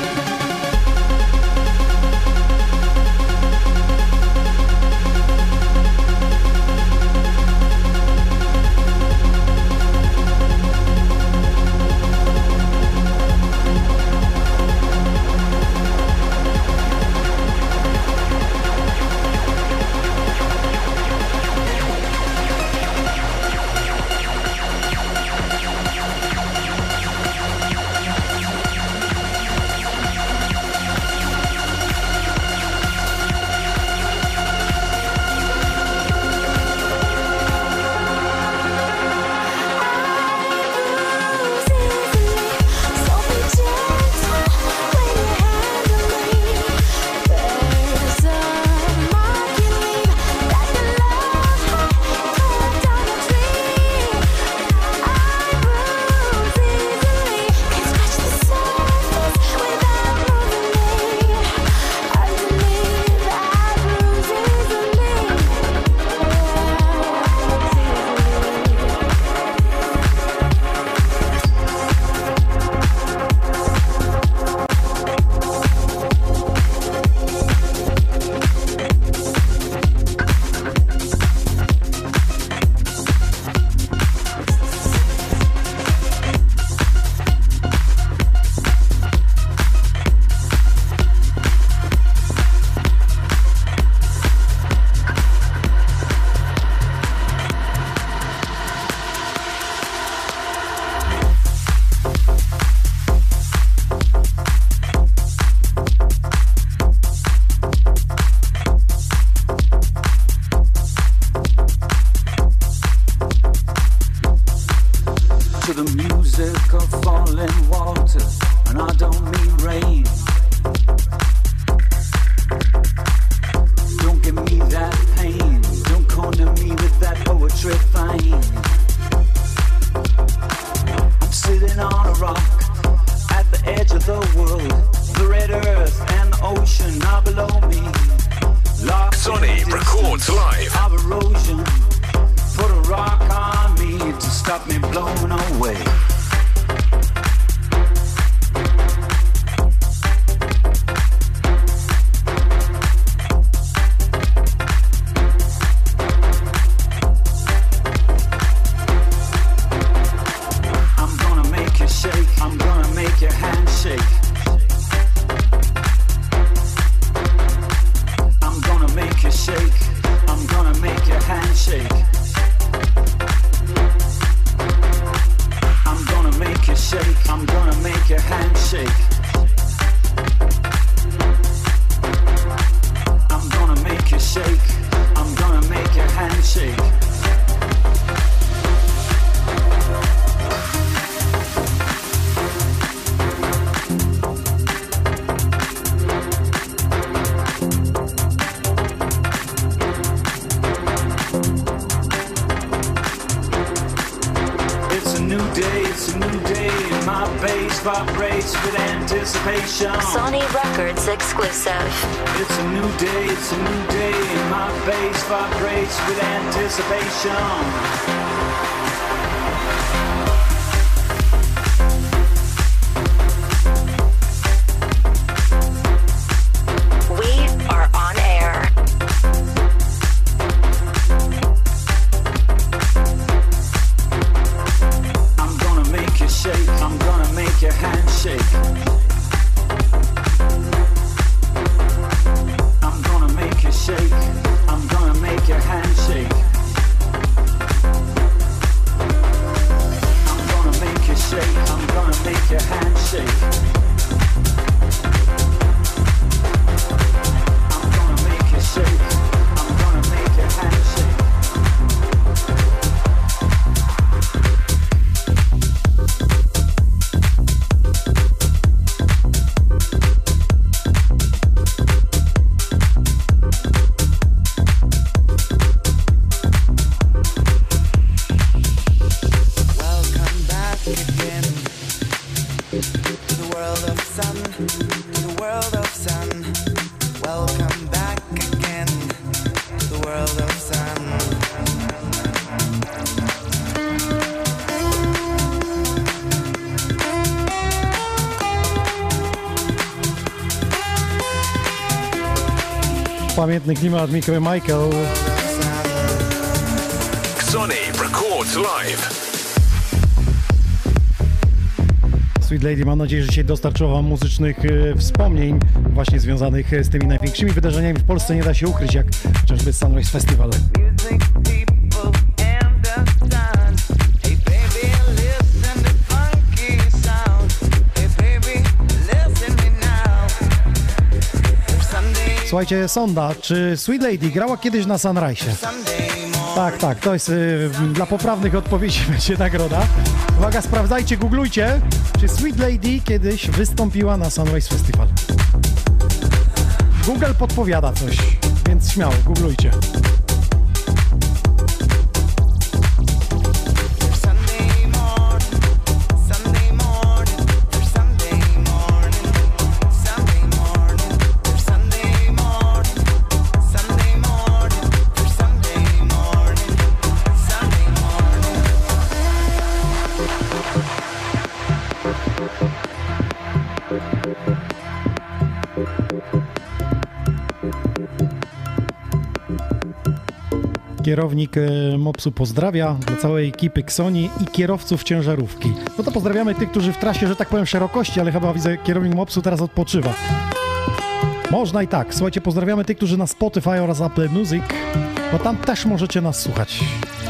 To the music of falling water, and I don't mean rain. Don't give me that pain, don't corner me with that poetry fine. I'm sitting on a rock at the edge of the world. The red earth and the ocean are below me. Locked Sonny in records distance live. of erosion. Put a rock on me to stop me blowing away. day, it's a new day, and my bass vibrates with anticipation. Sony Records exclusive. It's a new day, it's a new day, and my bass vibrates with anticipation. Pamiętny klimat Micro Michael. Sony Records Live. Sweet Lady, mam nadzieję, że dzisiaj dostarczyło Wam muzycznych e, wspomnień właśnie związanych z tymi największymi wydarzeniami w Polsce. Nie da się ukryć, jak chociażby Sunrise Festival. Słuchajcie, sonda, czy Sweet Lady grała kiedyś na Sunrise? Tak, tak, to jest y, dla poprawnych odpowiedzi będzie nagroda. Uwaga, sprawdzajcie, googlujcie, czy Sweet Lady kiedyś wystąpiła na Sunrise Festival. Google podpowiada coś, więc śmiało, googlujcie. Kierownik Mopsu pozdrawia dla całej ekipy Xoni i kierowców ciężarówki. No to pozdrawiamy tych, którzy w trasie, że tak powiem, szerokości, ale chyba widzę, kierownik Mopsu teraz odpoczywa. Można i tak. Słuchajcie, pozdrawiamy tych, którzy na Spotify oraz Apple Music, bo tam też możecie nas słuchać.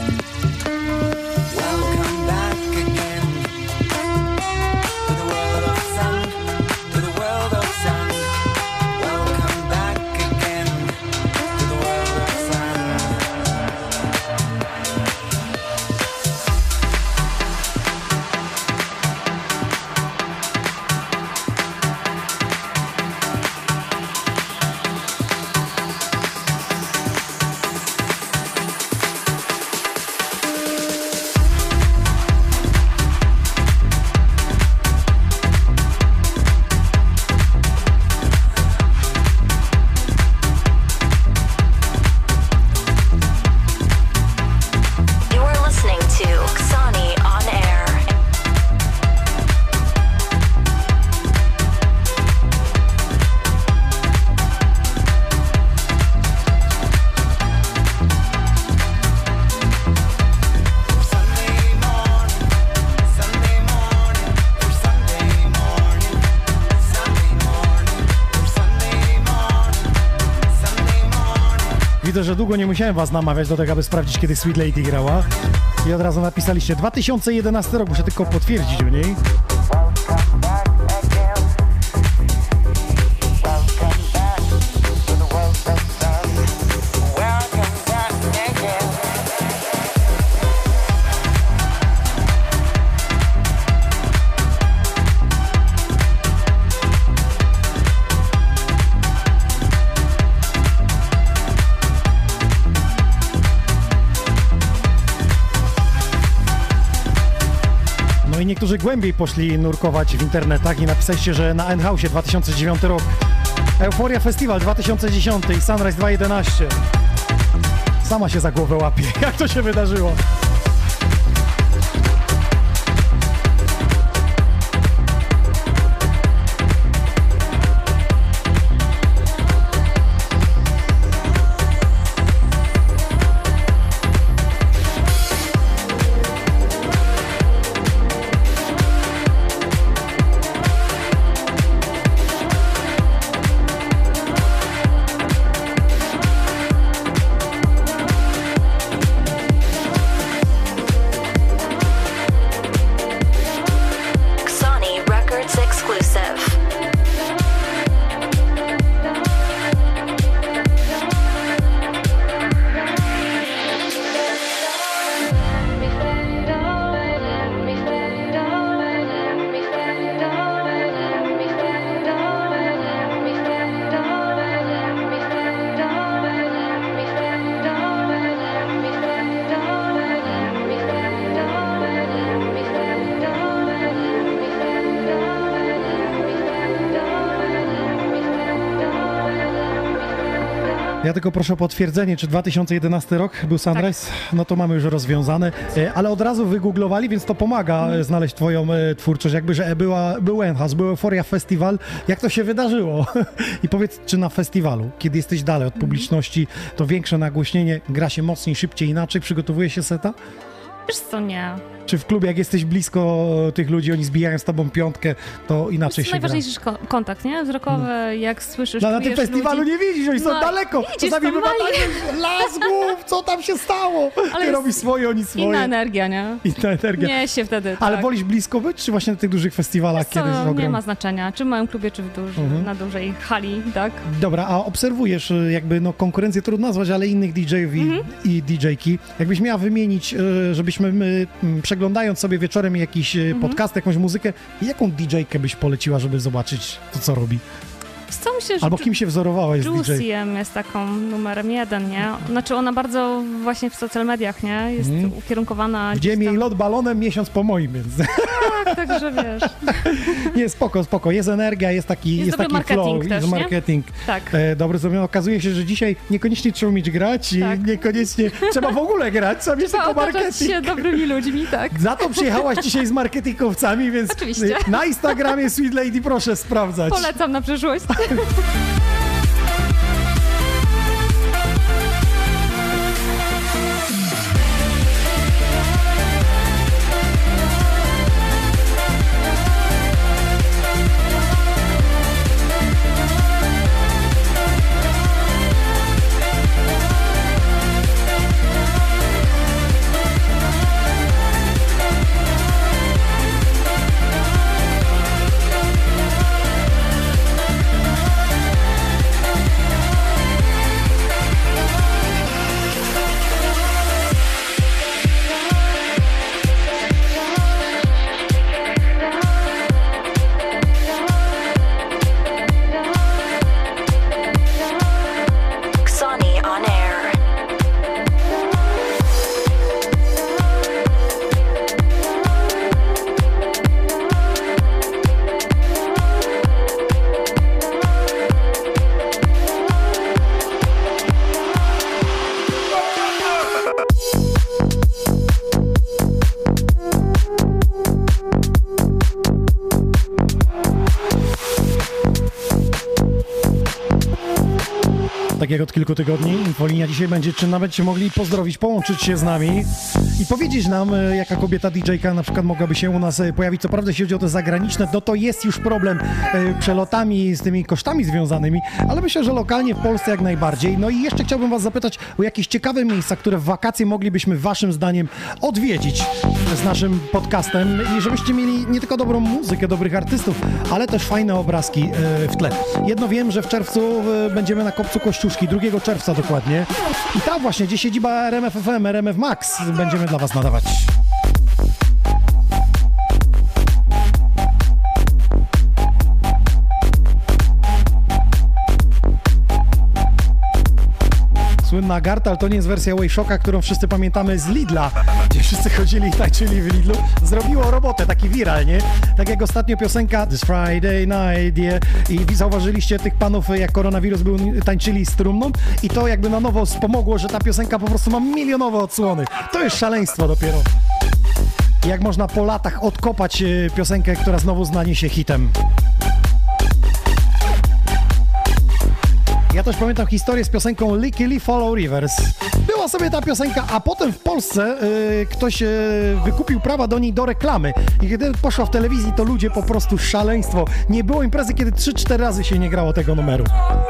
Widzę, że długo nie musiałem was namawiać do tego, aby sprawdzić, kiedy Sweet Lady grała. I od razu napisaliście dwa tysiące jedenasty rok, muszę tylko potwierdzić u niej. niektórzy głębiej poszli nurkować w internetach i napisaliście, że na N-House dwa tysiące dziewiąty rok, Euforia Festival dwa tysiące dziesiąty i Sunrise dwa jedenaście. Sama się za głowę łapie, jak to się wydarzyło. Ja tylko proszę o potwierdzenie, czy dwa tysiące jedenasty rok był Sunrise? Tak. No to mamy już rozwiązane, ale od razu wygooglowali, więc to pomaga hmm. znaleźć twoją twórczość, jakby, że była, był N-House, był Euphoria Festival. Jak to się wydarzyło? I powiedz, czy na festiwalu, kiedy jesteś dalej od publiczności, to większe nagłośnienie, gra się mocniej, szybciej, inaczej, przygotowuje się seta? Wiesz co, nie. Czy w klubie, jak jesteś blisko tych ludzi, oni zbijają z tobą piątkę, to inaczej się gra? Najważniejszy gra. kontakt, nie? Wzrokowy, hmm. jak słyszysz, no, na tym festiwalu ludzi. Nie widzisz, oni no, są daleko. Czasami wymatają lasków, co tam się stało? Ale ty robisz swoje, oni swoje. Inna energia, nie? Inna energia. Nie się wtedy, tak. Ale wolisz blisko być, czy właśnie na tych dużych festiwalach? Co, kiedy nie ma znaczenia, czy w małym klubie, czy w duży, mhm. na dużej hali, tak? Dobra, a obserwujesz jakby, no konkurencję trudno nazwać, ale innych D J-ów i, mhm. i D J-ki. Jakbyś miała wymienić, żebyśmy my, przeglądając sobie wieczorem jakiś mhm. podcast, jakąś muzykę, jaką D J-kę byś poleciła, żeby zobaczyć to, co robi? Co myślę, że albo kim się wzorowałaś z D J? Juicy M jest taką numerem jeden, nie? Znaczy ona bardzo właśnie w social mediach, nie? Jest mm. ukierunkowana... Widziałem jej lot balonem miesiąc po moim, więc... Tak, także wiesz. Nie, spoko, spoko. Jest energia, jest taki, jest jest taki marketing flow, też, jest marketing. Nie? Tak. E, dobry zrobiony. Okazuje się, że dzisiaj niekoniecznie trzeba umieć grać tak. i niekoniecznie trzeba w ogóle grać, trzeba mieć tylko marketing. Się dobrymi ludźmi, tak. Za to przyjechałaś dzisiaj z marketingowcami, więc oczywiście. Na Instagramie Sweet Lady proszę sprawdzać. Polecam na przyszłość. Tak jak od kilku tygodni Infolinia dzisiaj będzie, czy nawet się mogli pozdrowić, połączyć się z nami i powiedzieć nam, jaka kobieta D J-ka na przykład mogłaby się u nas pojawić. Co prawda, jeśli chodzi o te zagraniczne, no to jest już problem e, przelotami, z tymi kosztami związanymi, ale myślę, że lokalnie w Polsce jak najbardziej. No i jeszcze chciałbym was zapytać o jakieś ciekawe miejsca, które w wakacje moglibyśmy waszym zdaniem odwiedzić z naszym podcastem i żebyście mieli nie tylko dobrą muzykę, dobrych artystów, ale też fajne obrazki e, w tle. Jedno wiem, że w czerwcu e, będziemy na Kopcu Kościuszki, drugiego czerwca dokładnie. I tam właśnie, gdzie siedziba R M F F M, R M F Max, będziemy dla was nadawać. Słynny Joanna Gart, ale to nie jest wersja Wayshocka, którą wszyscy pamiętamy z Lidla, gdzie wszyscy chodzili i tańczyli w Lidlu. Zrobiło robotę, taki viral, nie? Tak jak ostatnio piosenka This Friday Night, yeah. I zauważyliście tych panów, jak koronawirus był, tańczyli z trumną i to jakby na nowo wspomogło, że ta piosenka po prostu ma milionowe odsłony. To jest szaleństwo dopiero. Jak można po latach odkopać piosenkę, która znowu stanie się hitem. Ja też pamiętam historię z piosenką Licky Lee Follow Rivers. Była sobie ta piosenka, a potem w Polsce y, ktoś y, wykupił prawa do niej do reklamy. I kiedy poszła w telewizji, to ludzie po prostu szaleństwo. Nie było imprezy, kiedy trzy cztery razy się nie grało tego numeru.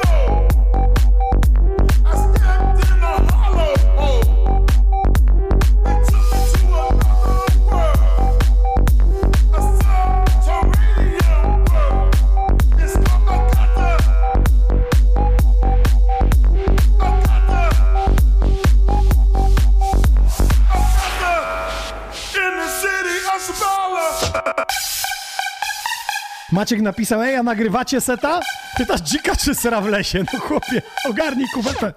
Maciek napisał, ej, a nagrywacie seta? Pytasz dzika czy sera w lesie? No chłopie, ogarnij kuwetę.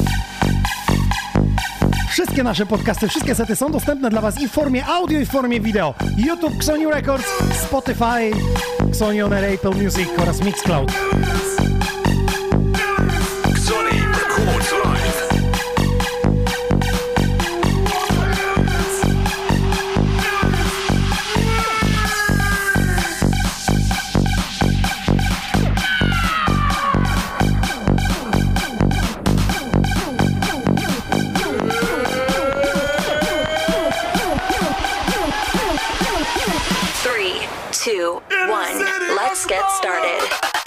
Wszystkie nasze podcasty, wszystkie sety są dostępne dla was i w formie audio, i w formie wideo. YouTube, Xoni Records, Spotify, Xoni On Air, Apple Music oraz Mixcloud. Xoni Records Live. Two, one, let's get started.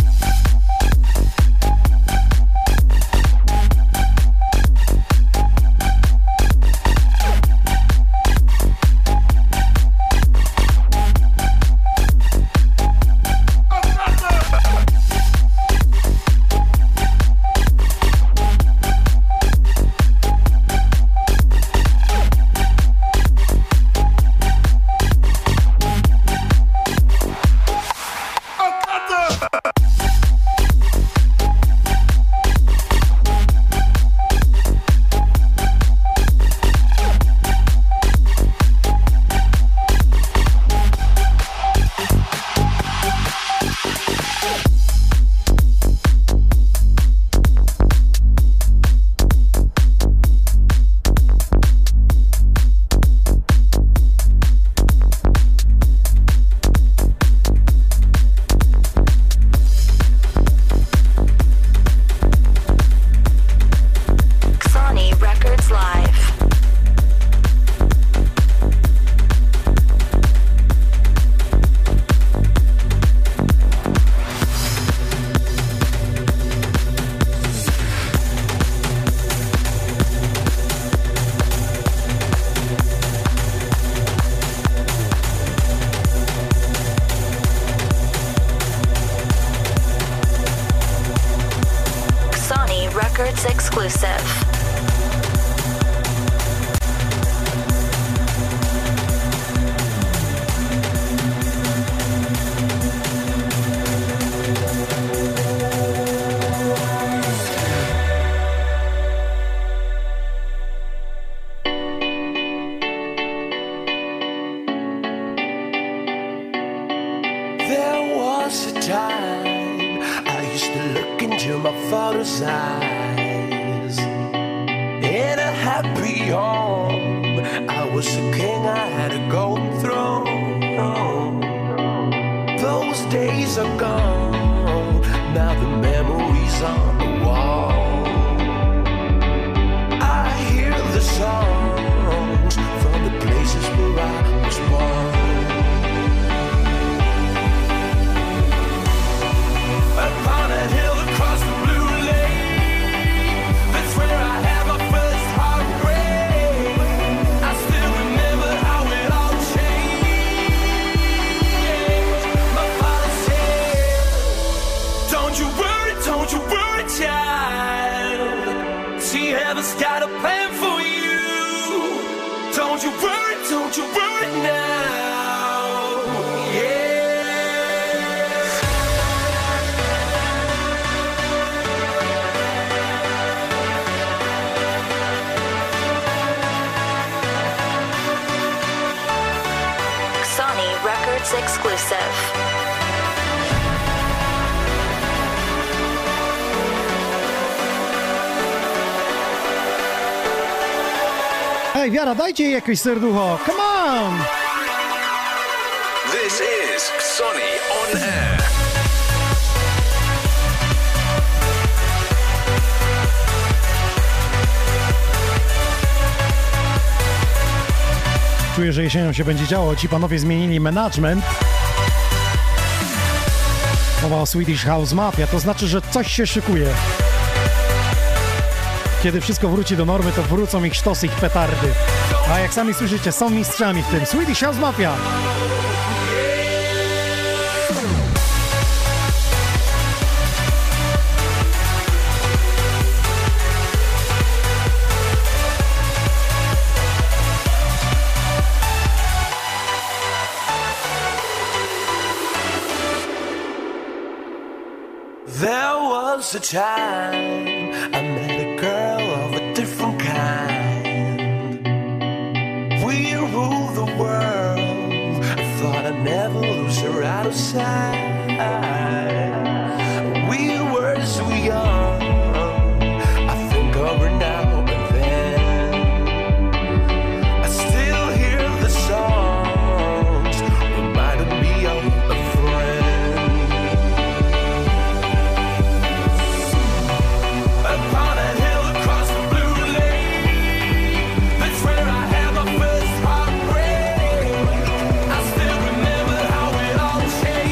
Records exclusive. There was a time I used to look into my father's eyes. In a happy home, I was a king, I had a golden throne. Those days are gone, now the memories on the wall. I hear the songs from the places where I was born. Upon a hill across the blue lake, that's where I had my first heartbreak. I still remember how it all changed. My father said, don't you worry, don't you worry, child. See, heaven's got a plan for you. Don't you worry, don't you worry now. Ej, Wiara, dajcie jej jakieś serducho. Come on! This is Xoni on Air. Czuję, że jesienią się będzie działo. Ci panowie zmienili management. Mowa o Swedish House Mafia, to znaczy, że coś się szykuje. Kiedy wszystko wróci do normy, to wrócą ich sztosy, ich petardy. A jak sami słyszycie, są mistrzami w tym. Swedish House Mafia! There was a time I met a girl of a different kind. We ruled the world. I thought I'd never lose her out of sight. We were so young. I think of her now and then. I still hear the songs reminding me of a friend. Upon a hill across the blue lake, that's where I had my first heartbreak. I still remember how it all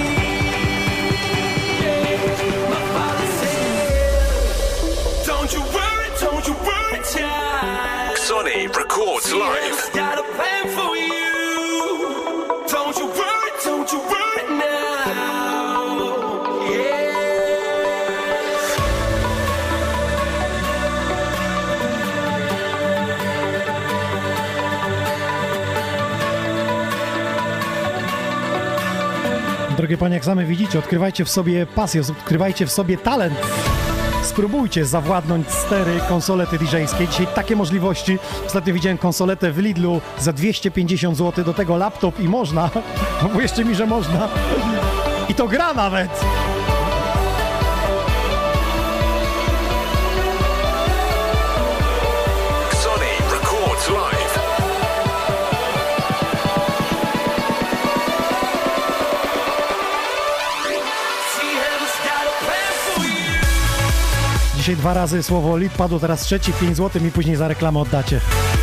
changed. My father said, don't you worry, don't you worry, child. Xoni records live. Got a plan for you. Don't you worry, don't you worry now. Yeah. Drogie panie, jak same widzicie, odkrywajcie w sobie pasję, odkrywajcie w sobie talent. Spróbujcie zawładnąć stery konsolety D J-skie. Dzisiaj takie możliwości. Ostatnio widziałem konsoletę w Lidlu za dwieście pięćdziesiąt złotych, do tego laptop i można. Powiedzcie mi, że można. I to gra nawet. Xoni records live. Dzisiaj dwa razy słowo lead padło, teraz trzeci, pięć złotych mi później za reklamę oddacie.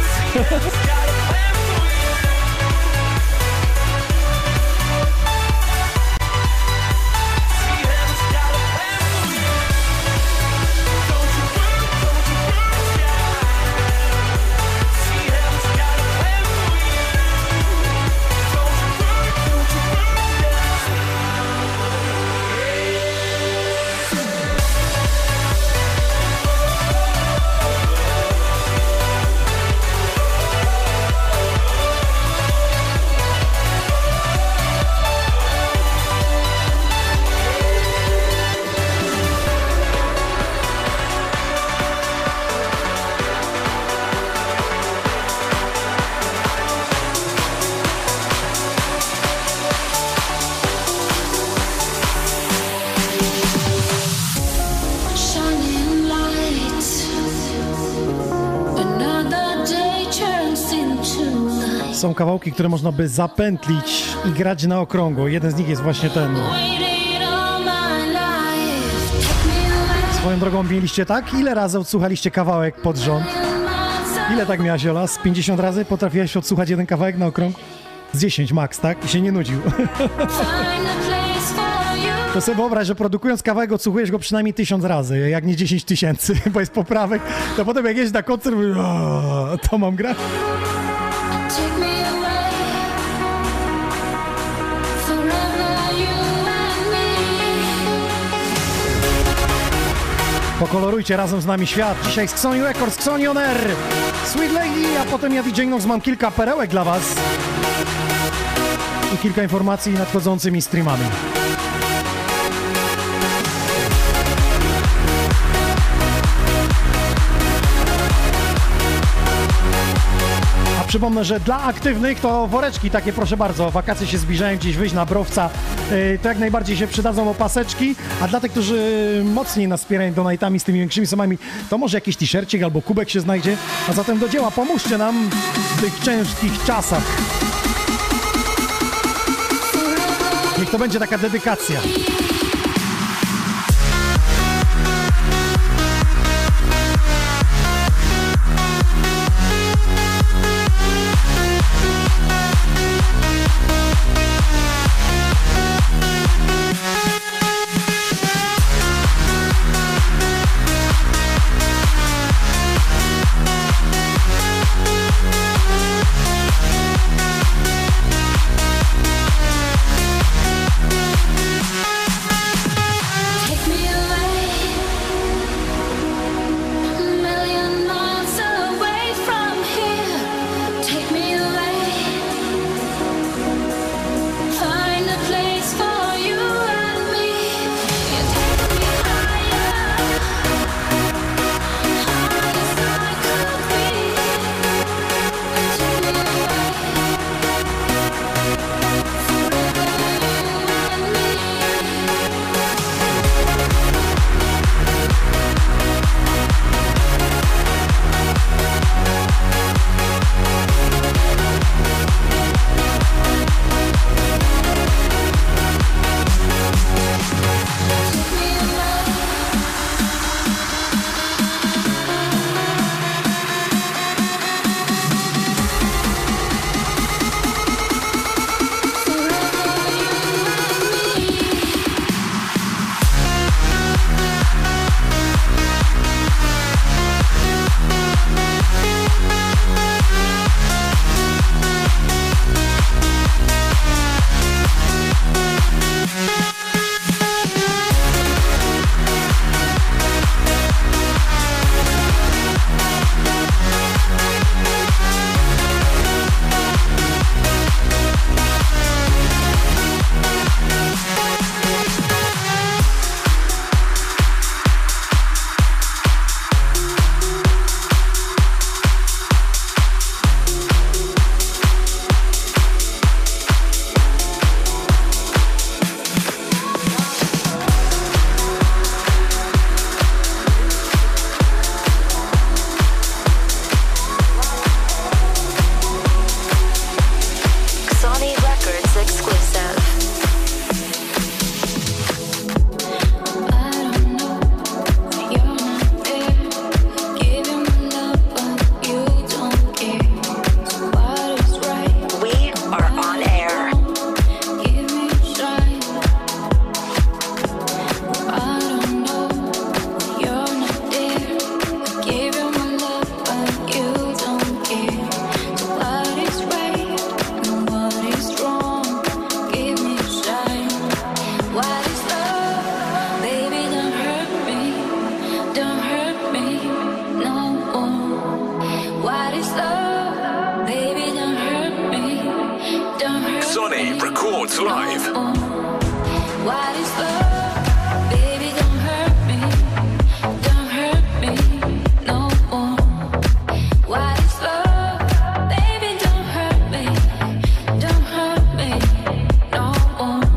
Shining light. Another day turns into night. Są kawałki, które można by zapętlić i grać na okrągło. Jeden z nich jest właśnie ten. Waiting all my life. Take me away. Swoją drogą mieliście tak? Ile razy odsłuchaliście kawałek pod rząd? Ile tak miałaś, Ola? Z pięćdziesiąt razy potrafiłaś odsłuchać jeden kawałek na okrąg? Z dziesięć max, tak? I się nie nudził. Find a place for you. To sobie wyobraź, że produkując kawałek odsłuchujesz go przynajmniej tysiąc razy, jak nie dziesięć tysięcy, bo jest poprawek. To potem jak jedziesz na koncert, mówisz, o, to mam grać. Take me away. Forever you and me. Pokolorujcie razem z nami świat. Dzisiaj z Xoni Records, Xoni On Air, Sweet Lady, a potem ja D J Nox mam kilka perełek dla was i kilka informacji nadchodzącymi streamami. Przypomnę, że dla aktywnych to woreczki takie, proszę bardzo, wakacje się zbliżają, gdzieś wyjść na browca, yy, to jak najbardziej się przydadzą opaseczki, a dla tych, którzy mocniej nas wspierają donatami z tymi większymi sumami, to może jakiś t-shircik albo kubek się znajdzie, a zatem do dzieła, pomóżcie nam w tych ciężkich czasach. Niech to będzie taka dedykacja. Records Live. What is love? Baby, don't hurt me. Don't hurt me no more. What is love? Baby, don't hurt me. Don't hurt me no more.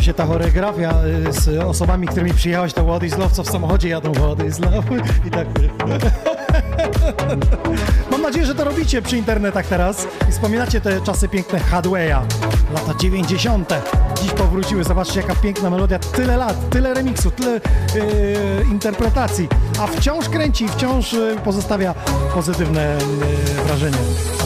się ta choreografia y, z osobami, którymi przyjechałeś, to What is Love, co w samochodzie jadą What is Love i tak. Mam nadzieję, że to robicie przy internetach teraz i wspominacie te czasy piękne Hadwaya, lata dziewięćdziesiąte. Dziś powróciły, zobaczcie jaka piękna melodia, tyle lat, tyle remiksu, tyle yy, interpretacji, a wciąż kręci, wciąż yy, pozostawia pozytywne yy, wrażenie.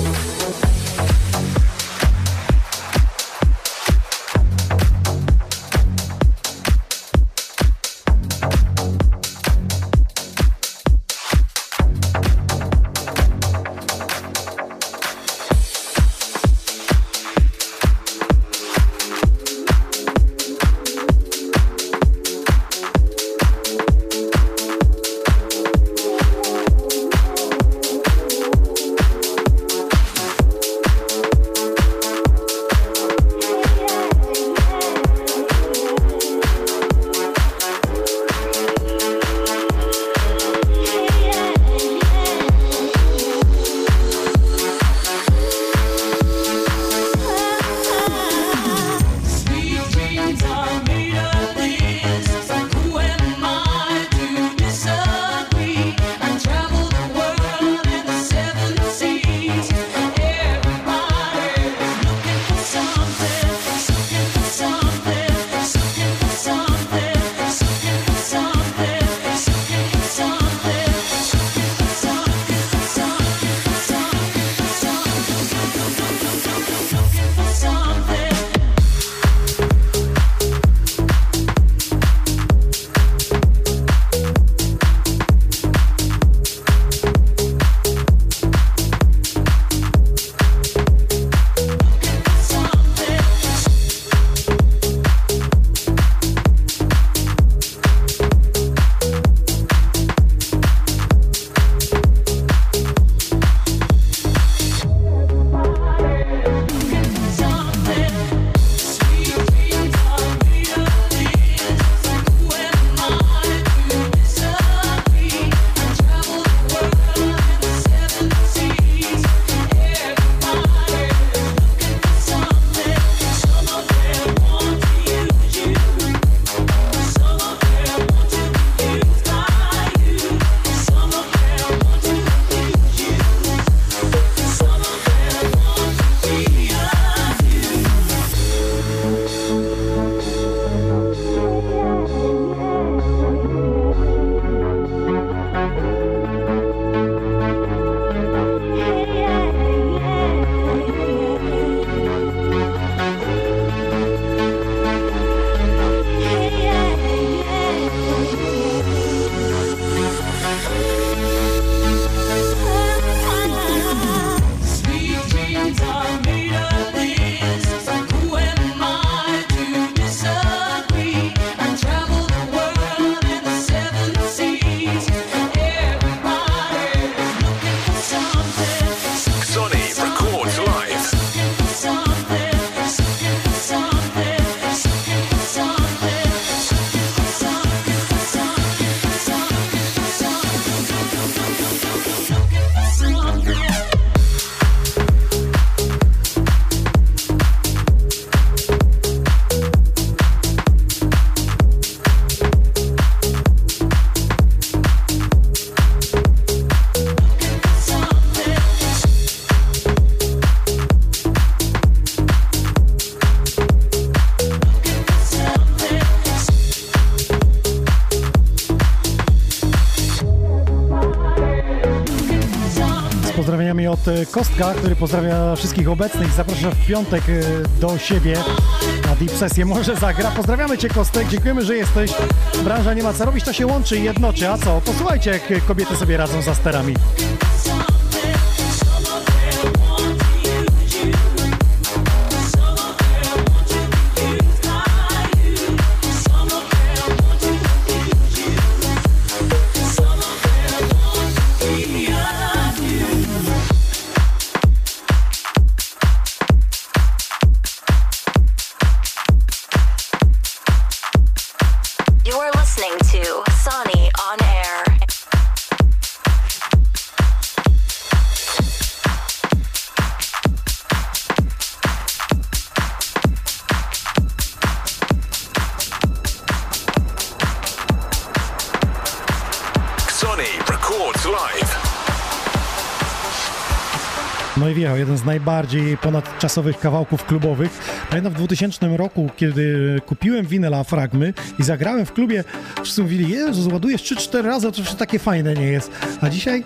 pozdrowieniami od Kostka, który pozdrawia wszystkich obecnych, zaprasza w piątek do siebie na Deep Sesję. Może zagra. Pozdrawiamy Cię, Kostek, dziękujemy, że jesteś. Branża nie ma co robić, to się łączy i jednoczy. A co? Posłuchajcie, jak kobiety sobie radzą za sterami. Live. No i wjechał jeden z najbardziej ponadczasowych kawałków klubowych. Pamiętam w dwutysięcznym roku, kiedy kupiłem winyla Fragmy i zagrałem w klubie, wszyscy mówili, Jezu, ładujesz trzy cztery razy, to przecież takie fajne nie jest. A dzisiaj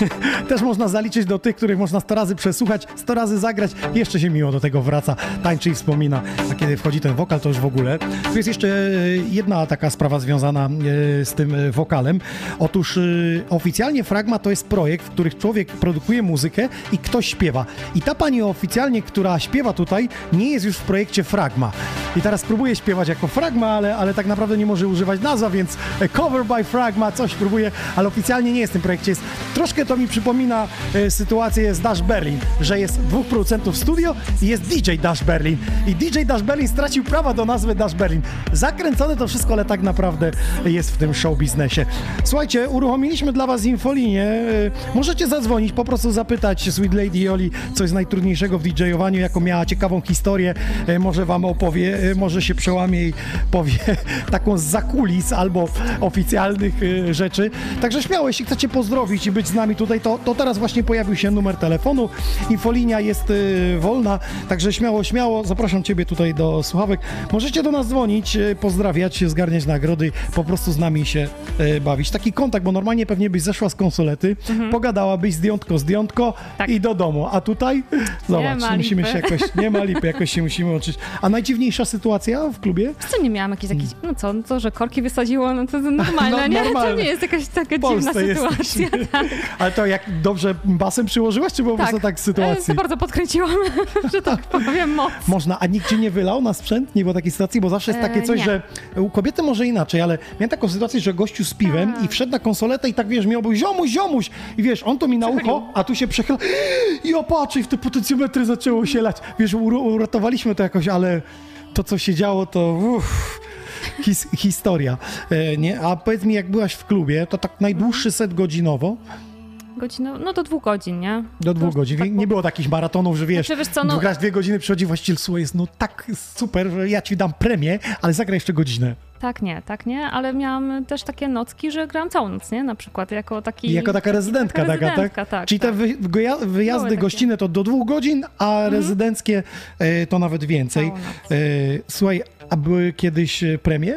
też można zaliczyć do tych, których można sto razy przesłuchać, sto razy zagrać i jeszcze się miło do tego wraca, tańczy i wspomina. A kiedy wchodzi ten wokal, to już w ogóle. Tu jest jeszcze jedna taka sprawa związana z tym wokalem. Otóż oficjalnie Fragma to jest projekt, w którym człowiek produkuje muzykę i ktoś śpiewa. I ta pani oficjalnie, która śpiewa tutaj, nie jest już w projekcie Fragma. I teraz próbuje śpiewać jako Fragma, ale, ale tak naprawdę nie może używać nazwa, więc cover by Fragma, coś próbuje, ale oficjalnie nie jest w tym projekcie. Jest, troszkę to mi przypomina e, sytuację z Dash Berlin, że jest dwóch producentów w studio i jest D J Dash Berlin. I D J Dash Berlin stracił prawa do nazwy Dash Berlin. Zakręcone to wszystko, ale tak naprawdę jest w tym show biznesie. Słuchajcie, uruchomiliśmy dla was infolinię. E, możecie zadzwonić, po prostu zapytać Sweet Lady Oli coś z najtrudniejszego w D J-owaniu, jaką miała ciekawą historię, e, może wam opowie, e, może się przełamie i powie taką z zakulis albo oficjalnych e, rzeczy. Także śmiało, jeśli chcecie pozdrowić i być z nami tutaj, to, to teraz właśnie pojawił się numer telefonu. Infolinia jest e, wolna, także śmiało, śmiało, zapraszam ciebie tutaj do słuchawek. Możecie do nas dzwonić, e, pozdrawiać, zgarniać nagrody, po prostu z nami się e, bawić. Taki kontakt, bo normalnie pewnie byś zeszła z konsolety, mhm. pogadałabyś zdjątko, zdjątko tak. i do domu. A tutaj, zobacz, musimy się jakoś, nie ma lipy, jakoś się musimy łączyć. A najdziwniejsza sytuacja w klubie? Co, nie miałam jakiejś, jakiś, no co, to, że korki wysadziło, no to normalne, no, nie? Normalne. To nie jest jakaś taka dziwna sytuacja. Tak. Ale to jak dobrze basem przyłożyłaś, czy po prostu tak, tak sytuacji? Tak, bardzo podkręciłam, że tak powiem moc. Można, a nikt ci nie wylał na sprzęt? Nie było takiej sytuacji, bo zawsze jest takie coś, e, że u kobiety może inaczej, ale miałem taką sytuację, że gościu z piwem a. i wszedł na konsoletę i tak, wiesz, miał był ziomuś, ziomuś i wiesz, on to mi na ucho, a tu się przechyla i opatrz, i w te potencjometry zaczęło się lać. Wiesz, uratowaliśmy to jakoś, ale to, co się działo, to uff, his, historia. E, nie? A powiedz mi, jak byłaś w klubie, to tak najdłuższy set godzinowo? Godzina, no do dwóch godzin, nie? Do dwóch godzin. Tak, nie było takich maratonów, że wiesz, znaczy, wiesz co, no... grasz dwie godziny, przychodzi właściciel, słuchaj, jest no tak super, że ja ci dam premię, ale zagraj jeszcze godzinę. Tak, nie, tak, nie, ale miałam też takie nocki, że grałam całą noc, nie? Na przykład jako taki... I jako taka rezydentka, taka, rezydentka tak? tak? Czyli tak. te wy, wy, wyjazdy gościnne to do dwóch godzin, a mhm. rezydenckie e, to nawet więcej. E, słuchaj, a były kiedyś premie?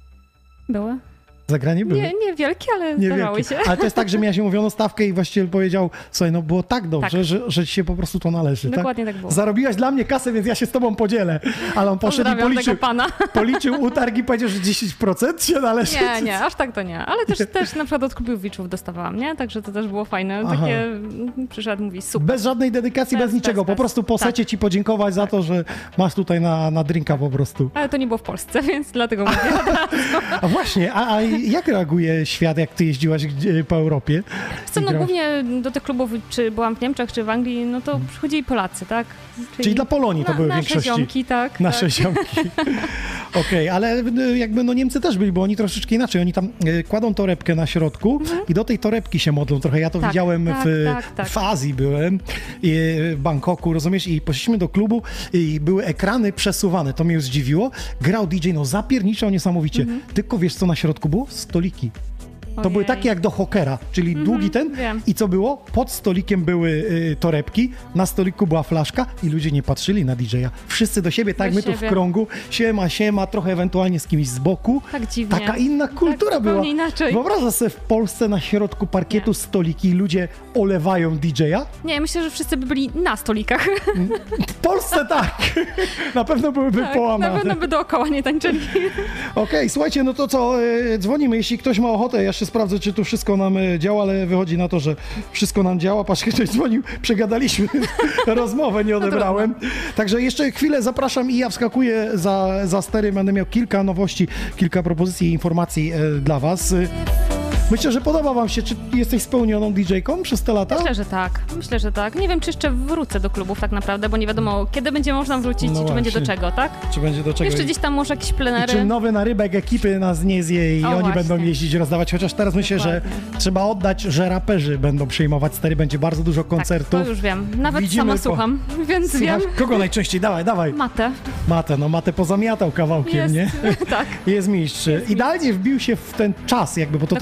Były. Zagranie były? Nie, nie wielkie, ale nie zdarzały wielkie. się. Ale to jest tak, że miałaś umówioną stawkę i właściciel powiedział, słuchaj, no było tak dobrze, tak. Że, że ci się po prostu to należy. Dokładnie tak? tak było. Zarobiłaś dla mnie kasę, więc ja się z tobą podzielę. Ale on poszedł i policzył, pana. policzył utarg i powiedział, że dziesięć procent się należy. Nie, nie, aż tak to nie. Ale też, też na przykład od klubowiczów dostawałam, nie? Także to też było fajne. Aha. Takie przyszedł, mówi super. Bez żadnej dedykacji, bez, bez niczego. Bez, po prostu po secie tak. ci podziękować tak. za to, że masz tutaj na, na drinka po prostu. Ale to nie było w Polsce, więc dlatego mówię. A właśnie, a, a jak reaguje świat, jak ty jeździłaś po Europie? Co, no głównie do tych klubów, czy byłam w Niemczech, czy w Anglii, no to przychodzili Polacy, tak? Czyli, Czyli dla Polonii to na, były w nasze większości. ziomki, tak. Nasze tak. ziomki. Okej, okay, ale jakby no Niemcy też byli, bo oni troszeczkę inaczej. Oni tam e, kładą torebkę na środku mhm. i do tej torebki się modlą trochę. Ja to tak, widziałem tak, w, tak, tak. w Azji byłem, i, w Bangkoku, rozumiesz? I poszliśmy do klubu i były ekrany przesuwane. To mnie zdziwiło. Grał D J, no zapierniczał niesamowicie. Mhm. Tylko wiesz, co na środku było? Stoliki. To Ojej. były takie jak do hokera, czyli mm-hmm, długi ten. Wiem. I co było? Pod stolikiem były y, torebki, na stoliku była flaszka i ludzie nie patrzyli na D J a. Wszyscy do siebie, tak do my siebie. tu w krągu, siema, siema, trochę ewentualnie z kimś z boku. Tak dziwnie. Taka inna kultura tak, była. Inaczej. Wyobrażasz sobie w Polsce na środku parkietu nie. stoliki i ludzie olewają D J a? Nie, myślę, że wszyscy by byli na stolikach. W Polsce tak. Na pewno byłyby tak, połamane. Na pewno by dookoła nie tańczyli. Okej, okay, słuchajcie, no to co, y, dzwonimy, jeśli ktoś ma ochotę, ja się sprawdzę, czy tu wszystko nam działa, ale wychodzi na to, że wszystko nam działa. Patrz, ktoś dzwonił, przegadaliśmy rozmowę, nie odebrałem. Także jeszcze chwilę zapraszam i ja wskakuję za, za stery. Będę miał kilka nowości, kilka propozycji i informacji e, dla was. Myślę, że podoba wam się. Czy jesteś spełnioną D J-ką przez te lata? Myślę, że tak. Myślę, że tak. Nie wiem, czy jeszcze wrócę do klubów tak naprawdę, bo nie wiadomo, kiedy będzie można wrócić no i czy właśnie. będzie do czego, tak? Czy będzie do czego? Jeszcze gdzieś tam może jakieś plenery. I czy nowy narybek ekipy nas nie zje i o, oni właśnie. będą jeździć, rozdawać. Chociaż teraz myślę, Dokładnie. że trzeba oddać, że raperzy będą przyjmować stery. Będzie bardzo dużo koncertów. Tak, to już wiem. Nawet Widzimy sama po... słucham, więc Słuchasz? wiem. Kogo najczęściej? Dawaj, dawaj. Matę. Matę, no Matę pozamiatał kawałkiem, jest. nie? tak. Jest mistrz. Jest Idealnie mistrz. wbił się w ten czas jakby, bo to Dokładnie. też jest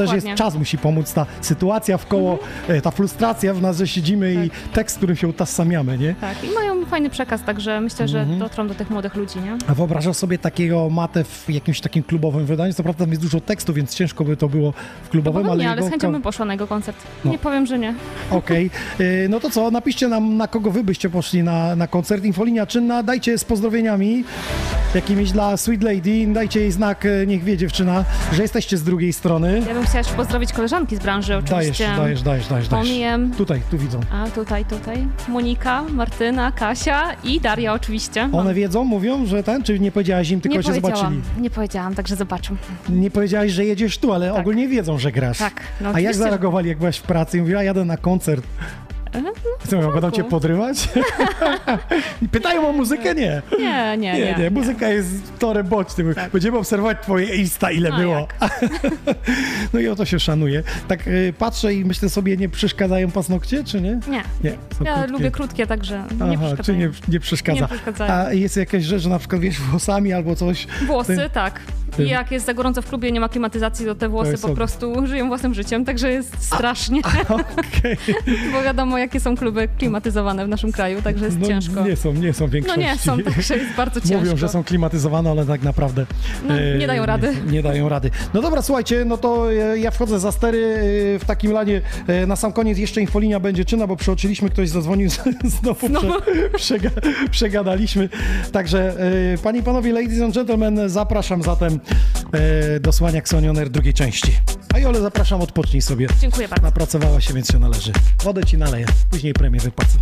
czas musi pomóc, ta sytuacja wkoło, Mhm. e, ta frustracja w nas, że siedzimy i tekst, którym się utożsamiamy, nie? Tak, i mają fajny przekaz, także myślę, że Mhm. dotrą do tych młodych ludzi, nie? A wyobrażasz sobie takiego Matę w jakimś takim klubowym wydaniu? Co prawda tam jest dużo tekstu, więc ciężko by to było w klubowym, No ale... nie, ale jego z chęcią ka- bym poszła na jego koncert. No. Nie powiem, że nie. Okej, Y, no to co, napiszcie nam, na kogo wy byście poszli na, na koncert. Infolinia czynna, dajcie z pozdrowieniami jakimiś dla Sweet Lady, dajcie jej znak, y, niech wie dziewczyna, że jesteście z drugiej strony. Ja bym chciała jeszcze pozdrowić koleżanki z branży, Dajesz, oczywiście. dajesz, dajesz, dajesz, dajesz. Omiem. Tutaj, tu widzą. A tutaj, tutaj. Monika, Martyna, Kasia i Daria oczywiście. One wiedzą, mówią, że ten, czy nie powiedziałaś im, tylko nie się powiedziałam, zobaczyli? nie powiedziałam, także zobaczą. Nie powiedziałaś, że jedziesz tu, ale ogólnie wiedzą, że grasz. Tak, no A jak oczywiście, że- zareagowali, jak byłaś w pracy i mówiła, jadę na koncert? E, no, Co, mówią, będą cię podrywać? Pytają o muzykę? Nie. Nie, nie, Nie, nie, muzyka jest torem bocznym. Będziemy obserwować twoje Insta, ile No było. No i o to się szanuje. Tak y, patrzę i myślę sobie, nie przeszkadzają paznokcie, czy nie? Nie. Nie, są Ja krótkie. lubię krótkie, także nie Aha, przeszkadzają. czy nie, nie przeszkadza. Nie przeszkadzają. A jest jakaś rzecz, że na przykład wiesz, włosami albo coś? Włosy, Ty- tak. ty- I jak jest za gorąco w klubie, nie ma klimatyzacji, to te włosy jest po ok. prostu żyją własnym życiem, także jest strasznie. Okej. Bo wiadomo, jakie są kluby klimatyzowane w naszym kraju, także jest No, ciężko. nie są, nie są w No większości. nie są, także jest bardzo ciężko. Mówią, że są klimatyzowane, ale tak naprawdę No, nie dają rady. Nie, nie dają rady. No dobra, słuchajcie, no to e, ja wchodzę za stery. e, W takim razie e, na sam koniec jeszcze infolinia będzie czynna, bo przeoczyliśmy, ktoś zadzwonił, znowu Znowu? Prze, przega, przegadaliśmy. Także e, panie i panowie, ladies and gentlemen, zapraszam zatem e, do słuchania Xoni On Air drugiej części. A Jole, zapraszam, odpocznij sobie. Dziękuję bardzo. Napracowała się, więc się należy. Wodę ci naleję, później premię wypłacę.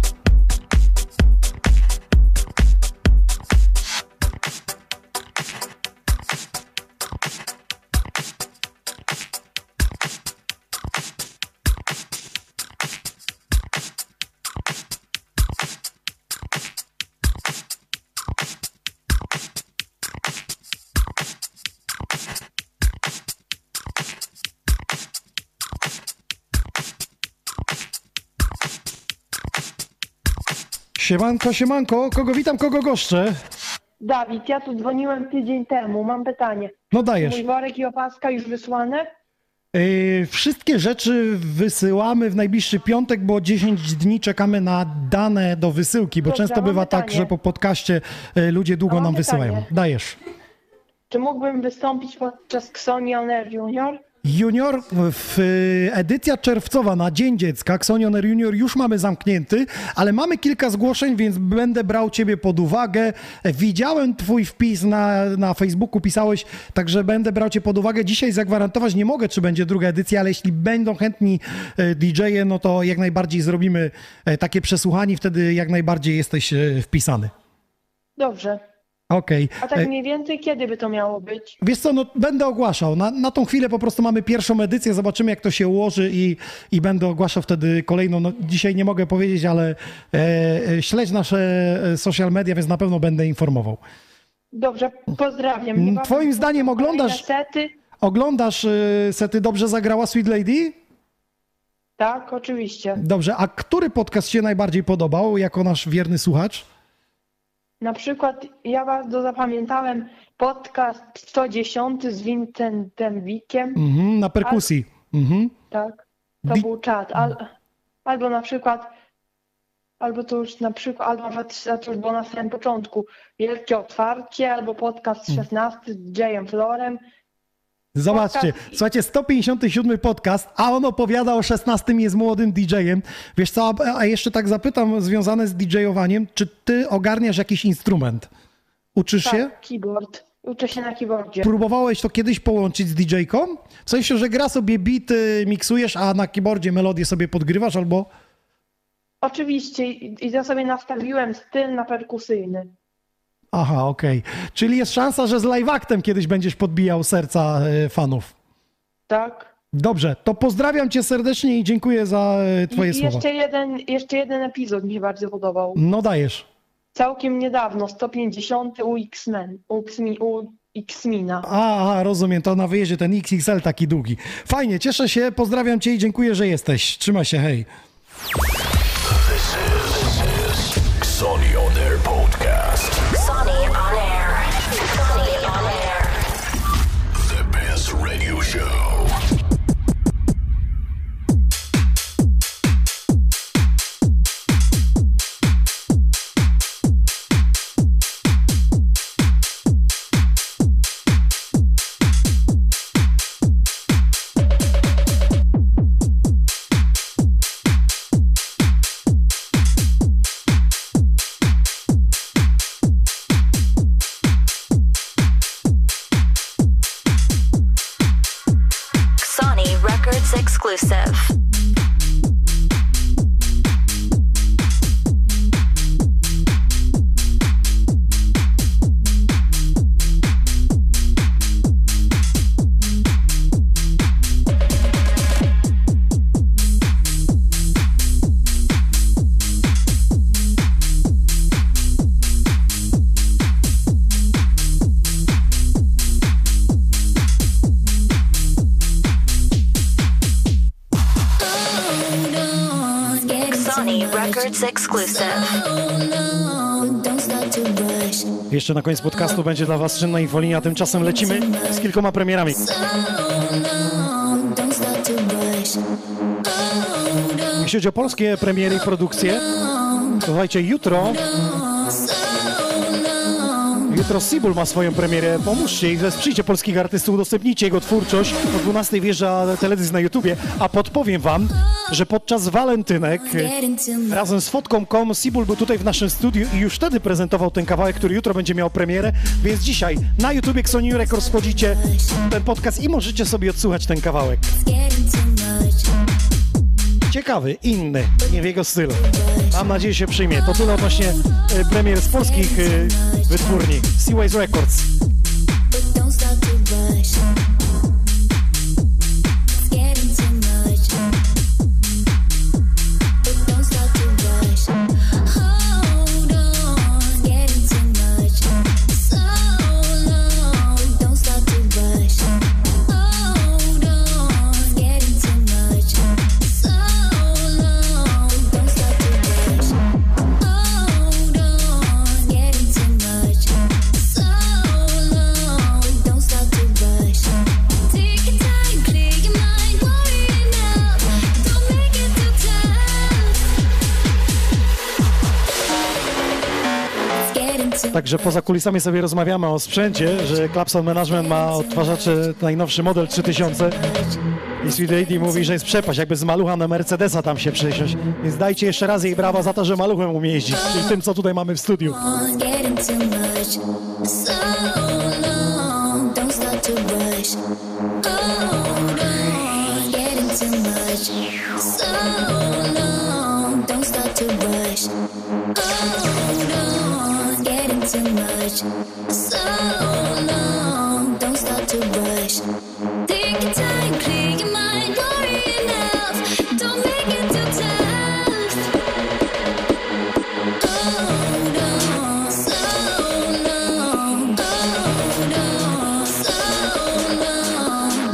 Siemanko, siemanko, kogo witam, kogo goszczę? Dawid, ja tu dzwoniłem tydzień temu, mam pytanie. No dajesz. Mój worek i opaska już wysłane? Yy, wszystkie rzeczy wysyłamy w najbliższy piątek, bo dziesięć dni czekamy na dane do wysyłki, bo Dobrze, często mam bywa pytanie. tak, że po podcaście yy, ludzie długo A mam nam wysyłają. pytanie. Dajesz. Czy mógłbym wystąpić podczas Xoni On Air Junior? Junior, w, y, edycja czerwcowa na Dzień Dziecka, Xoni On Air Junior już mamy zamknięty, ale mamy kilka zgłoszeń, więc będę brał ciebie pod uwagę. Widziałem twój wpis na, na Facebooku, pisałeś, także będę brał cię pod uwagę. Dzisiaj zagwarantować nie mogę, czy będzie druga edycja, ale jeśli będą chętni y, didżeje, no to jak najbardziej zrobimy y, takie przesłuchanie, wtedy jak najbardziej jesteś y, wpisany. Dobrze. Okej. A tak Y, mniej więcej kiedy by to miało być? Wiesz co, no będę ogłaszał. Na, na tą chwilę po prostu mamy pierwszą edycję, zobaczymy jak to się ułoży i, i będę ogłaszał wtedy kolejną. No, dzisiaj nie mogę powiedzieć, ale e, e, śledź nasze e, social media, więc na pewno będę informował. Dobrze, pozdrawiam. Mm, Niebawem twoim zdaniem kolejne oglądasz- Sety? Oglądasz e, sety Dobrze zagrała Sweet Lady? Tak, oczywiście. Dobrze, a który podcast się najbardziej podobał jako nasz wierny słuchacz? Na przykład ja bardzo zapamiętałem podcast sto dziesięć z Vincentem Wickiem. Mhm, na perkusji. Mhm. Tak, to Wi- był czat. Al, albo na przykład, albo to już na przykład, albo nawet to już było na samym początku. Wielkie Otwarcie, albo podcast Mm. szesnasty z Jayem Florem. Zobaczcie, słuchajcie, sto pięćdziesiąty siódmy podcast, a on opowiada o szesnastym, jest młodym didżejem. Wiesz co, a- a jeszcze tak zapytam, związane z didżejowaniem, czy ty ogarniasz jakiś instrument? Uczysz się? Tak, keyboard. Uczę się na keyboardzie. Próbowałeś to kiedyś połączyć z didżejką? W sensie, że gra sobie bity, miksujesz, a na keyboardzie melodię sobie podgrywasz, albo... Oczywiście i i ja sobie nastawiłem styl na perkusyjny. Aha, okej. Czyli jest szansa, że z live actem kiedyś będziesz podbijał serca e, fanów. Tak. Dobrze, to pozdrawiam cię serdecznie i dziękuję za e, twoje I słowa. jeszcze jeden, jeszcze jeden epizod mi się bardzo podobał. No dajesz. Całkiem niedawno, sto pięćdziesiąty u X-Men, u, X-Mi, u X-Mina. A, a, rozumiem, to na wyjeździe ten X X L taki długi. Fajnie, cieszę się, pozdrawiam cię i dziękuję, że jesteś. Trzymaj się, hej. This is, this is Xoni On Air Podcast. Xoni On Air. Xoni On Air. The best radio show. exclusive. Records exclusive. Jeszcze na koniec podcastu będzie dla Was czynna infolinia, a tymczasem lecimy z kilkoma premierami. Jeśli chodzi o polskie premiery i produkcje, słuchajcie, jutro Jutro Sibul ma swoją premierę, pomóżcie i wesprzyjcie polskich artystów, udostępnijcie jego twórczość. O dwunastej wjeżdża teledysk na YouTubie, a podpowiem Wam, że podczas walentynek razem z fotką kropka com Sibul był tutaj w naszym studiu i już wtedy prezentował ten kawałek, który jutro będzie miał premierę, więc dzisiaj na YouTubie Xoni Records wchodzicie ten podcast i możecie sobie odsłuchać ten kawałek. Ciekawy, inny, nie w jego stylu. Mam nadzieję, się przyjmie. To tyle odnośnie e, premier z polskich e, wytwórni. Seaways Records. Także poza kulisami sobie rozmawiamy o sprzęcie, że Clapson Management ma odtwarzacze najnowszy model trzy tysiące i Sweet Lady mówi, że jest przepaść, jakby z malucha na Mercedesa tam się przesiąść. Więc dajcie jeszcze raz jej brawa za to, że maluchem umie jeździć, czyli tym, co tutaj mamy w studiu. Too much, so long, don't start to rush. Take your time, clear your mind, worry enough, don't make it too tough. Hold on, so long, hold on, so long,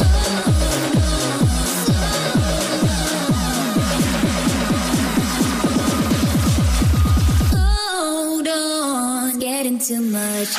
hold on, getting too much.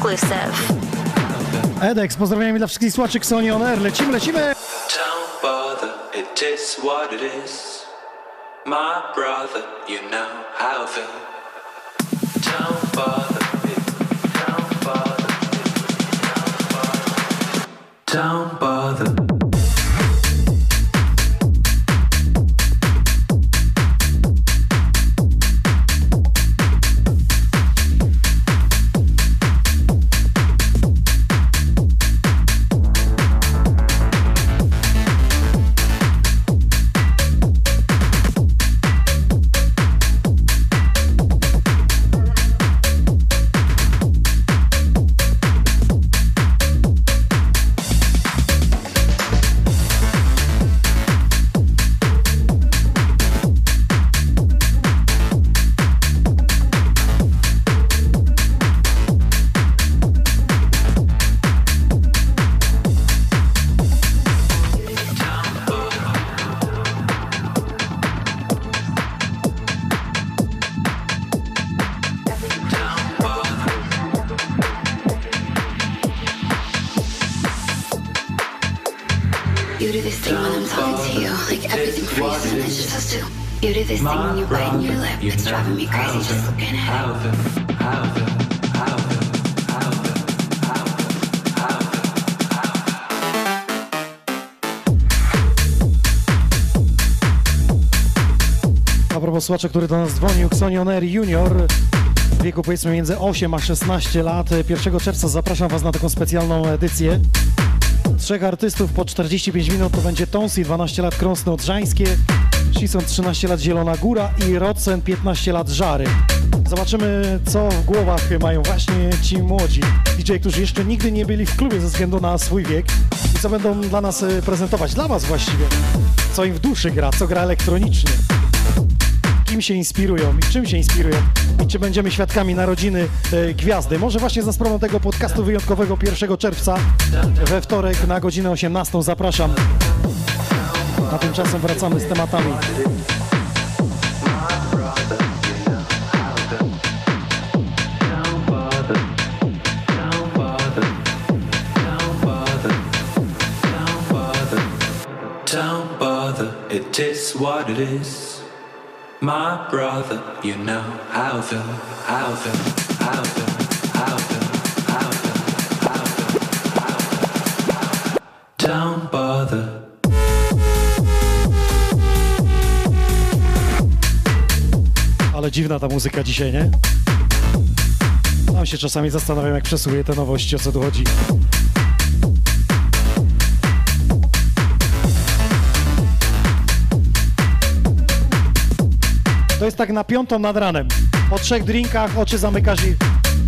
exclusive. Edex, pozdrawiamy dla wszystkich słuchaczy Xoni On Air. Lecimy, lecimy! Don't bother, it is what it is. My brother, you know how I feel. Don't bother, it, don't bother, it, don't bother. Don't bother. You do this thing when I'm talking to you, like everything freezes and it's just us two. You do this thing when you're biting your lip, it's driving me crazy just looking at it. A propos słuchacza, który do nas dzwonił, Xoni On Air Junior, w wieku powiedzmy między osiem a szesnaście lat, pierwszego czerwca zapraszam Was na taką specjalną edycję. Trzech artystów po czterdzieści pięć minut to będzie Tonsi, dwanaście lat Krąsny Odrzańskie, Shison trzynaście lat Zielona Góra i Rodsen piętnaście lat Żary. Zobaczymy, co w głowach mają właśnie ci młodzi D J, którzy jeszcze nigdy nie byli w klubie ze względu na swój wiek i co będą dla nas prezentować, dla Was właściwie, co im w duszy gra, co gra elektronicznie. Kim się inspirują i czym się inspirują i czy będziemy świadkami narodziny e, gwiazdy. Może właśnie za sprawą tego podcastu wyjątkowego pierwszego czerwca we wtorek na godzinę osiemnastą zapraszam. A tymczasem wracamy z tematami. Don't bother, it is what it is. My brother, you know how I feel, how I feel, how I feel, how I feel, how I feel, how I feel, how I feel. Don't bother. Ale dziwna ta muzyka dzisiaj, nie? Tam się czasami zastanawiam, jak przesuję te nowości, o co tu chodzi. To jest tak na piątą nad ranem. Po trzech drinkach oczy zamykasz i...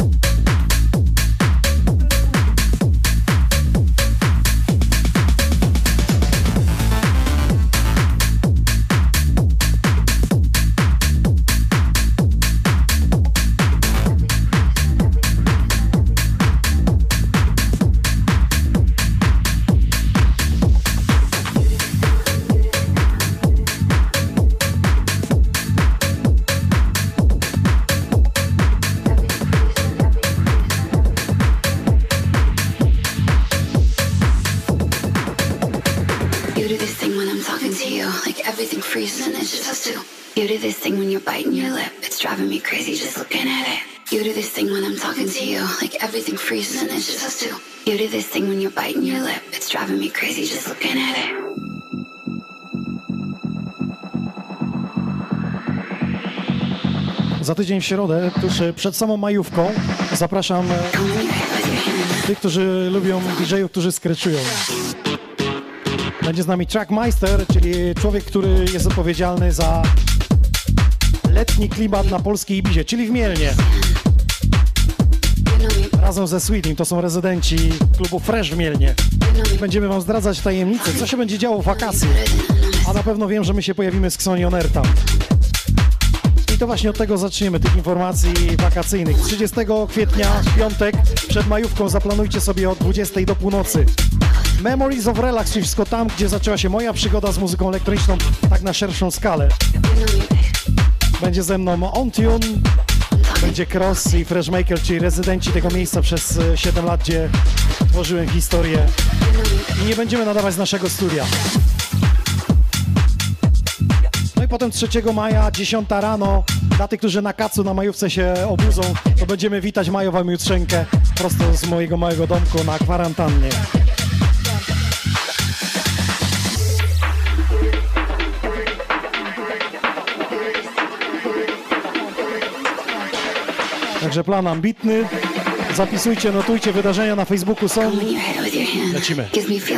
You do this thing when you're biting your lip, it's driving me crazy just looking at it. You do this thing when I'm talking to you, like everything freezes and it's just us two. You do this thing when you're biting your lip, it's driving me crazy just looking at it. Za tydzień w środę, tuż przed samą majówką, zapraszam tych, którzy lubią D J-ów, którzy skreczują. Będzie z nami Trackmeister, czyli człowiek, który jest odpowiedzialny za letni klimat na polskiej Ibizie, czyli w Mielnie. Razem ze Sweetim, to są rezydenci klubu Fresh w Mielnie. Będziemy Wam zdradzać tajemnice, co się będzie działo w wakacje. A na pewno wiem, że my się pojawimy z Xoni On Air tam. I to właśnie od tego zaczniemy, tych informacji wakacyjnych. trzydziestego kwietnia, piątek, przed majówką zaplanujcie sobie od dwudziestej do północy. Memories of Relax, czyli wszystko tam, gdzie zaczęła się moja przygoda z muzyką elektroniczną, tak na szerszą skalę. Będzie ze mną On Tune, Będzie Cross i Freshmaker, czyli rezydenci tego miejsca przez siedem lat, gdzie tworzyłem historię. I nie będziemy nadawać z naszego studia. No i potem trzeciego maja, dziesiąta rano, dla tych, którzy na kacu na majówce się obudzą, to będziemy witać majową jutrzenkę prosto z mojego małego domku na kwarantannie. Także plan ambitny. Zapisujcie, notujcie, wydarzenia na Facebooku są. Lecimy.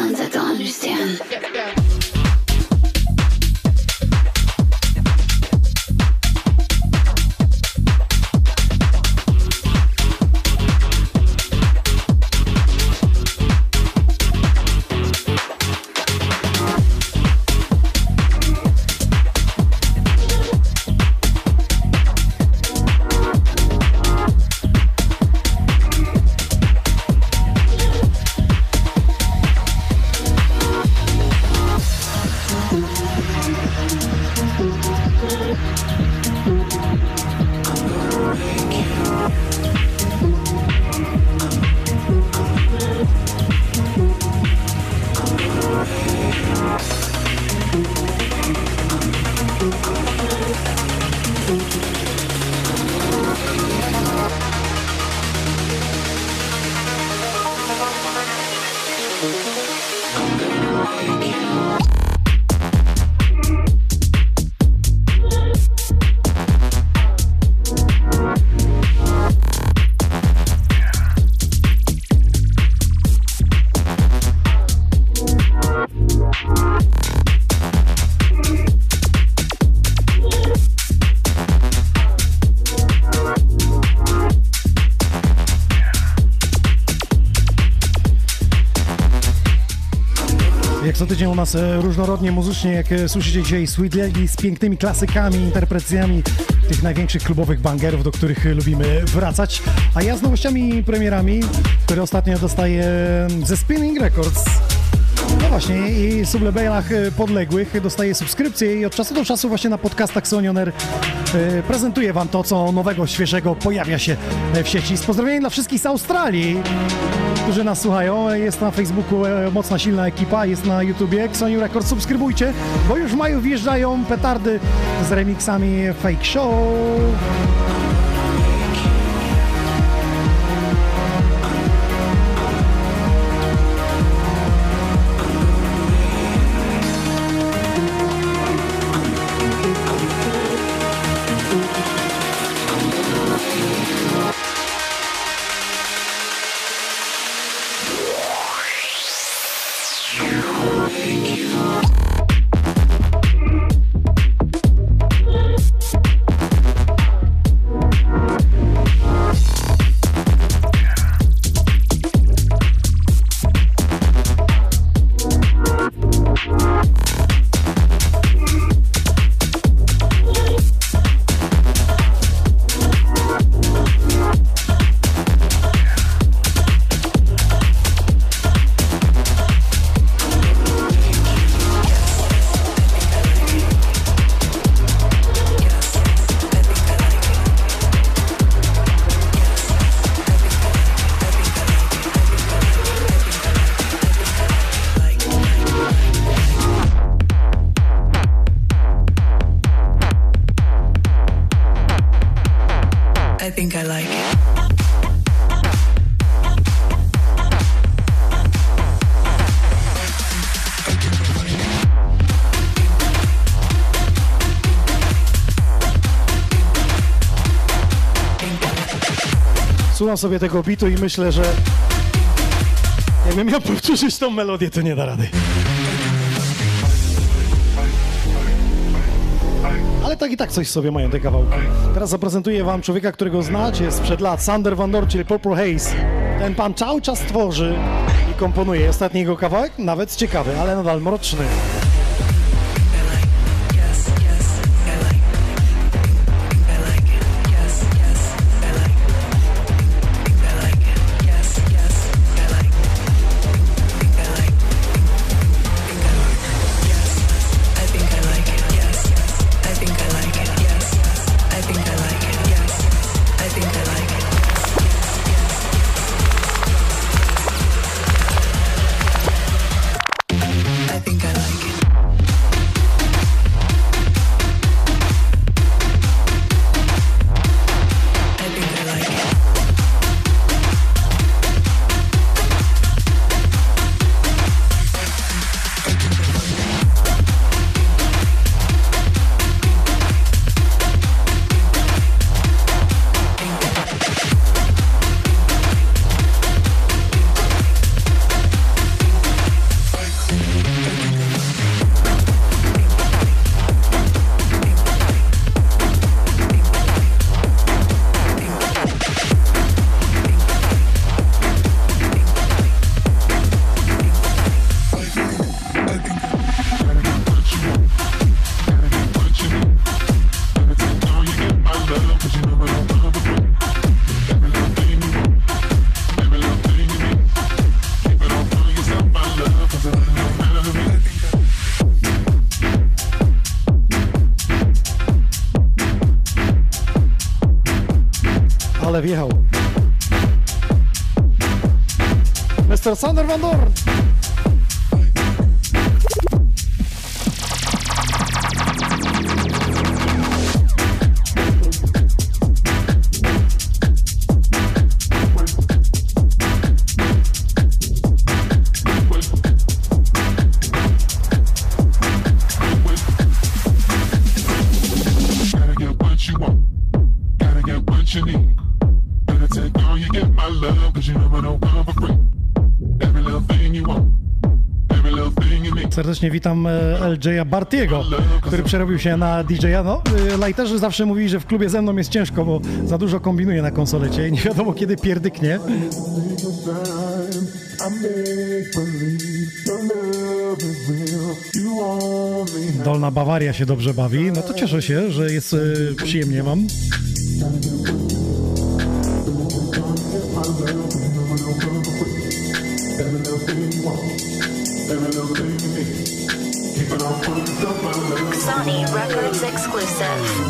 Co tydzień u nas różnorodnie muzycznie, jak słyszycie dzisiaj, Sweet Lady z pięknymi klasykami, interpretacjami tych największych klubowych bangerów, do których lubimy wracać. A ja z nowościami i premierami, które ostatnio dostaję ze Spinning Records. No właśnie, i sublabelach podległych dostaję subskrypcje i od czasu do czasu właśnie na podcastach Sony On Air yy, prezentuję wam to, co nowego, świeżego pojawia się w sieci. Z pozdrowieniem dla wszystkich z Australii, którzy nas słuchają. Jest na Facebooku mocna, silna ekipa, jest na YouTubie Sony Records. Subskrybujcie, bo już w maju wjeżdżają petardy z remixami Fake Show. I think I like it. Słucham sobie tego bitu i myślę, że jakbym miał powtórzyć tą melodię, to nie da rady. Ale tak i tak coś sobie mają te kawałki. Teraz zaprezentuję wam człowieka, którego znacie sprzed lat, Sander Van Doorn, czyli Purple Haze. Ten pan cały czas tworzy i komponuje. Ostatni jego kawałek nawet ciekawy, ale nadal mroczny. Ale wjechał. mister Sander Van Doorn. Serdecznie witam L J Bartiego, który przerobił się na D J a. No, lajterzy zawsze mówili, że w klubie ze mną jest ciężko, bo za dużo kombinuje na konsolecie i nie wiadomo kiedy pierdyknie. Dolna Bawaria się dobrze bawi, no to cieszę się, że jest przyjemnie wam. Sony Records exclusive.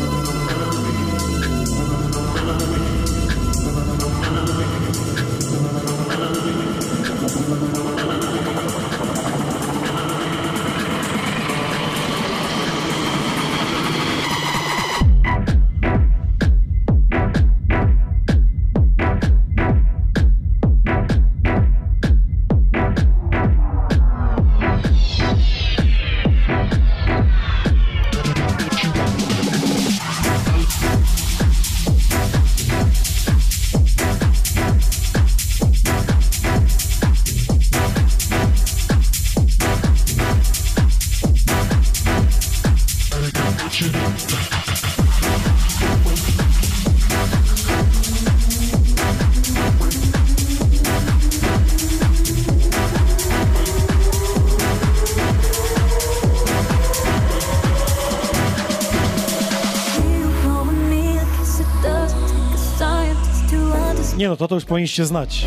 Nie no, to to już powinniście znać.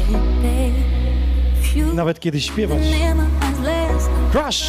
Nawet kiedy śpiewać. Crush!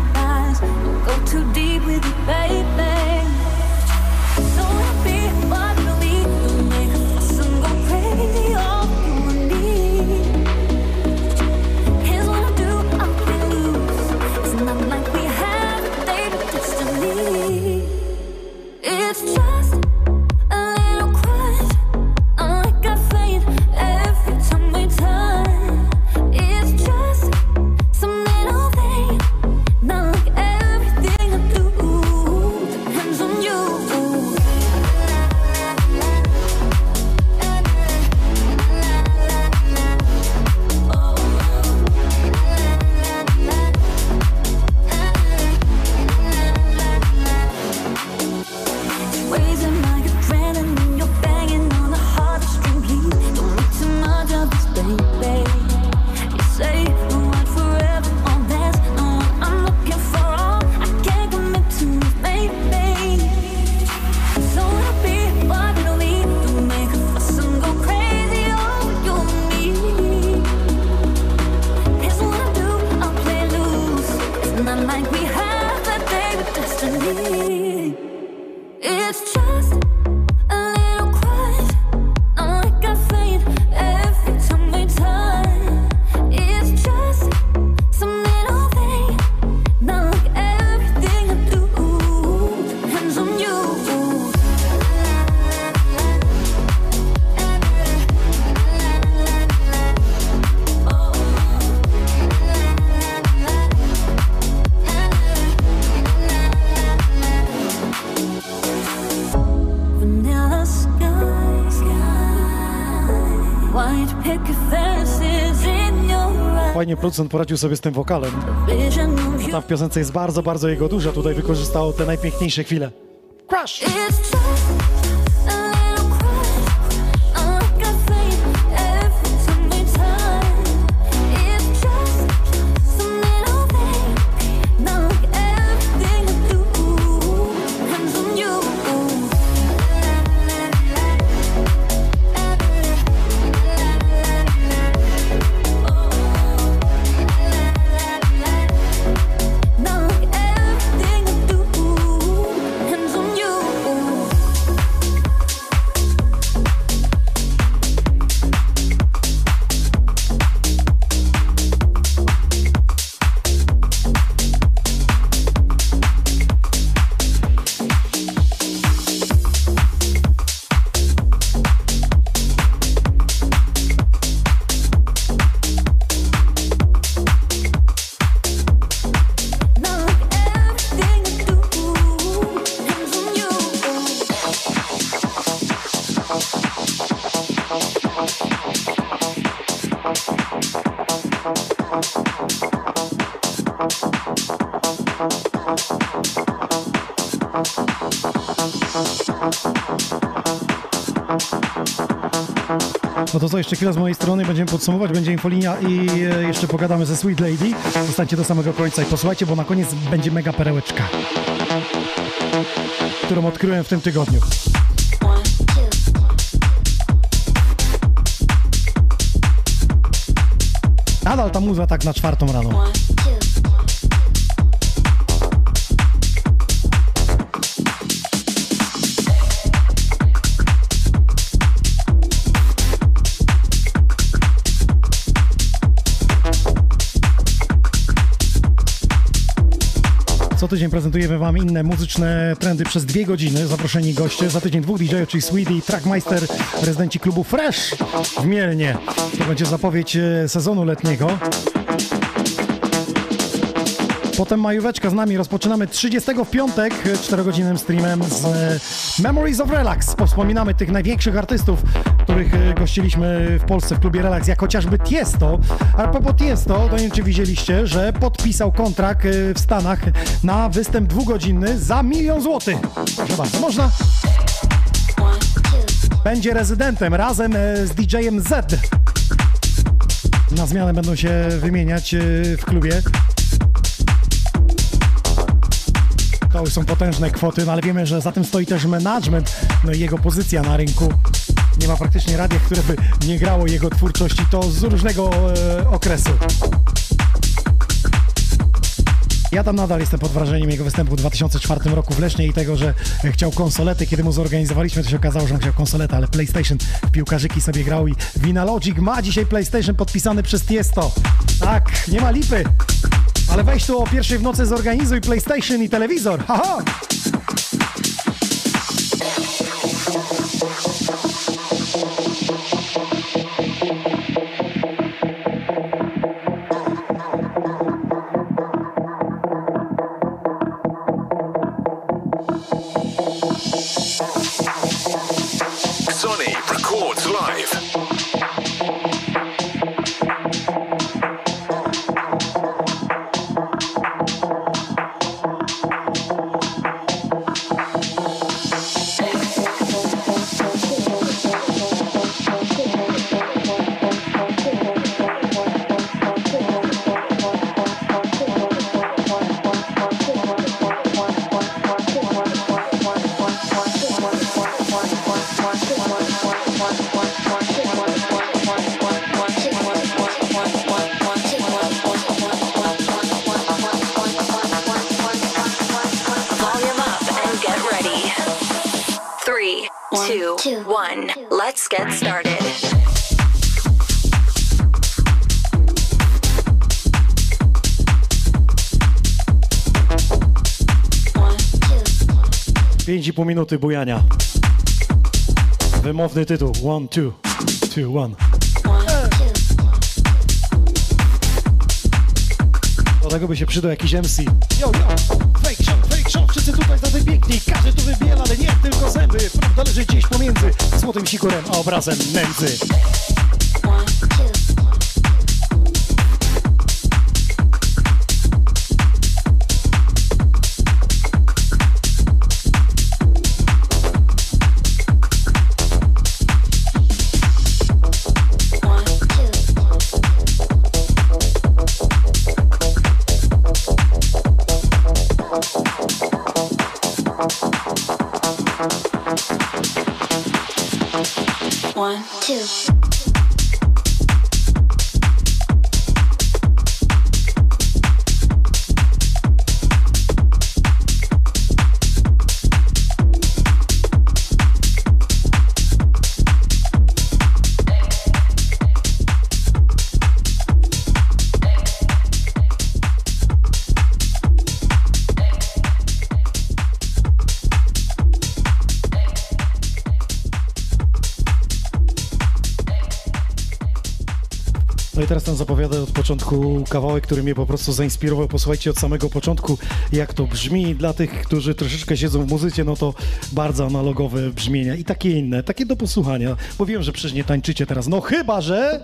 Fajnie producent poradził sobie z tym wokalem. Tam w piosence jest bardzo, bardzo jego dużo. Tutaj wykorzystał te najpiękniejsze chwile. Crush! No to co, jeszcze chwila z mojej strony, będziemy podsumować, będzie infolinia i jeszcze pogadamy ze Sweet Lady. Zostańcie do samego końca i posłuchajcie, bo na koniec będzie mega perełeczka, którą odkryłem w tym tygodniu. Nadal ta muza tak na czwartą rano. Co tydzień prezentujemy Wam inne muzyczne trendy przez dwie godziny. Zaproszeni goście. Za tydzień dwóch D J-ów, czyli Sweetie, Trackmeister, rezydenci klubu Fresh w Mielnie. To będzie zapowiedź sezonu letniego. Potem majóweczka z nami. Rozpoczynamy trzydziestego w piątek czterogodzinnym streamem z Memories of Relax. Wspominamy tych największych artystów, których gościliśmy w Polsce w klubie Relax, jak chociażby Tiesto. A propos Tiesto, to nie wiem, czy widzieliście, że podpisał kontrakt w Stanach na występ dwugodzinny za milion złotych. Proszę bardzo, można? Będzie rezydentem razem z D J-em Z. Na zmianę będą się wymieniać w klubie. To już są potężne kwoty, no ale wiemy, że za tym stoi też management, no i jego pozycja na rynku. Nie ma praktycznie radia, które by nie grało jego twórczości, to z różnego e, okresu. Ja tam nadal jestem pod wrażeniem jego występu w dwa tysiące czwartym roku w Lesznie i tego, że chciał konsolety. Kiedy mu zorganizowaliśmy, to się okazało, że on chciał konsoletę, ale PlayStation w piłkarzyki sobie grał i Vinalogic ma dzisiaj PlayStation podpisany przez Tiesto. Tak, nie ma lipy. Ale weź tu o pierwszej w nocy, zorganizuj PlayStation i telewizor. Haha! Sony records live. Two, one, let's get started. Pięć i pół minuty bujania. Wymowny tytuł. One, two, two, one. Do tego by się przydał jakiś M C. Yo, yo, fake show, fake show, wszyscy tutaj za tej piękni. Każdy tu wybiela, ale nie tylko zęby. Prawda leży gdzieś pomiędzy złotym sikurem a obrazem nędzy. One, two. No i teraz tam zapowiadę od początku kawałek, który mnie po prostu zainspirował. Posłuchajcie od samego początku, jak to brzmi. Dla tych, którzy troszeczkę siedzą w muzyce, no to bardzo analogowe brzmienia i takie inne, takie do posłuchania. Bo wiem, że przecież nie tańczycie teraz, no chyba, że...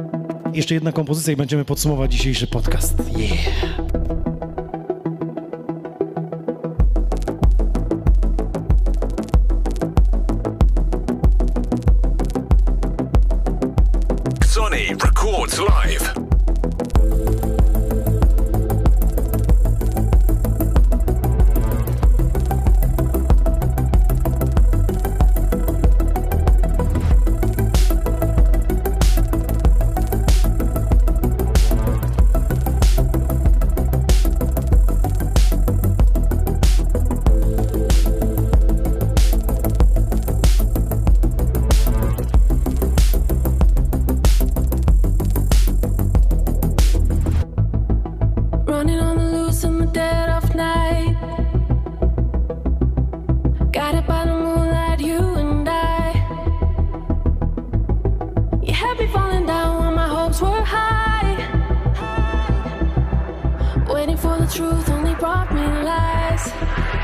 Jeszcze jedna kompozycja i będziemy podsumować dzisiejszy podcast. Yeah. Xoni records live. Running on the loose in the dead of night. Guided by the moonlight, you and I. You had me falling down when my hopes were high. Waiting for the truth only brought me lies.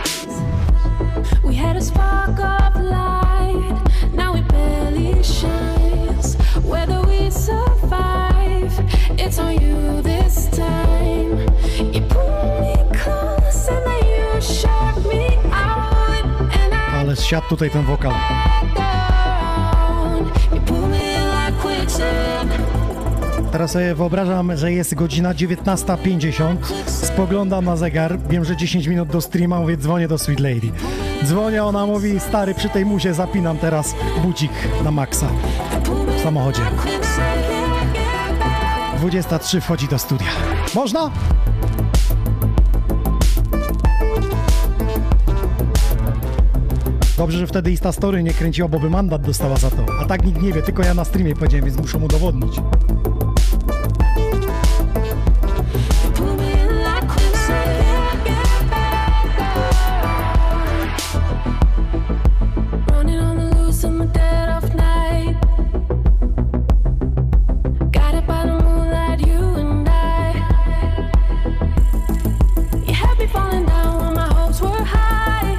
We had a spark of light, now it barely shines. Whether we survive, it's on you this time. You pull me close and then you shut me out. And I Ale zsiadł tutaj ten wokal. down. You pull me like quicksand. Teraz sobie wyobrażam, że jest godzina dziewiętnasta pięćdziesiąt. Spoglądam na zegar, wiem, że dziesięć minut do streama, mówię, dzwonię do Sweet Lady. Dzwonię, ona mówi, stary, przy tej muzie zapinam teraz budzik na maksa w samochodzie. dwudziesta trzy wchodzi do studia. Można? Dobrze, że wtedy Instastory nie kręciła, bo by mandat dostała za to. A tak nikt nie wie, tylko ja na streamie powiedziałem, więc muszę mu udowodnić. Running on the loose in the dead of night. Guided by the moonlight, you and I. You had me falling down when my hopes were high.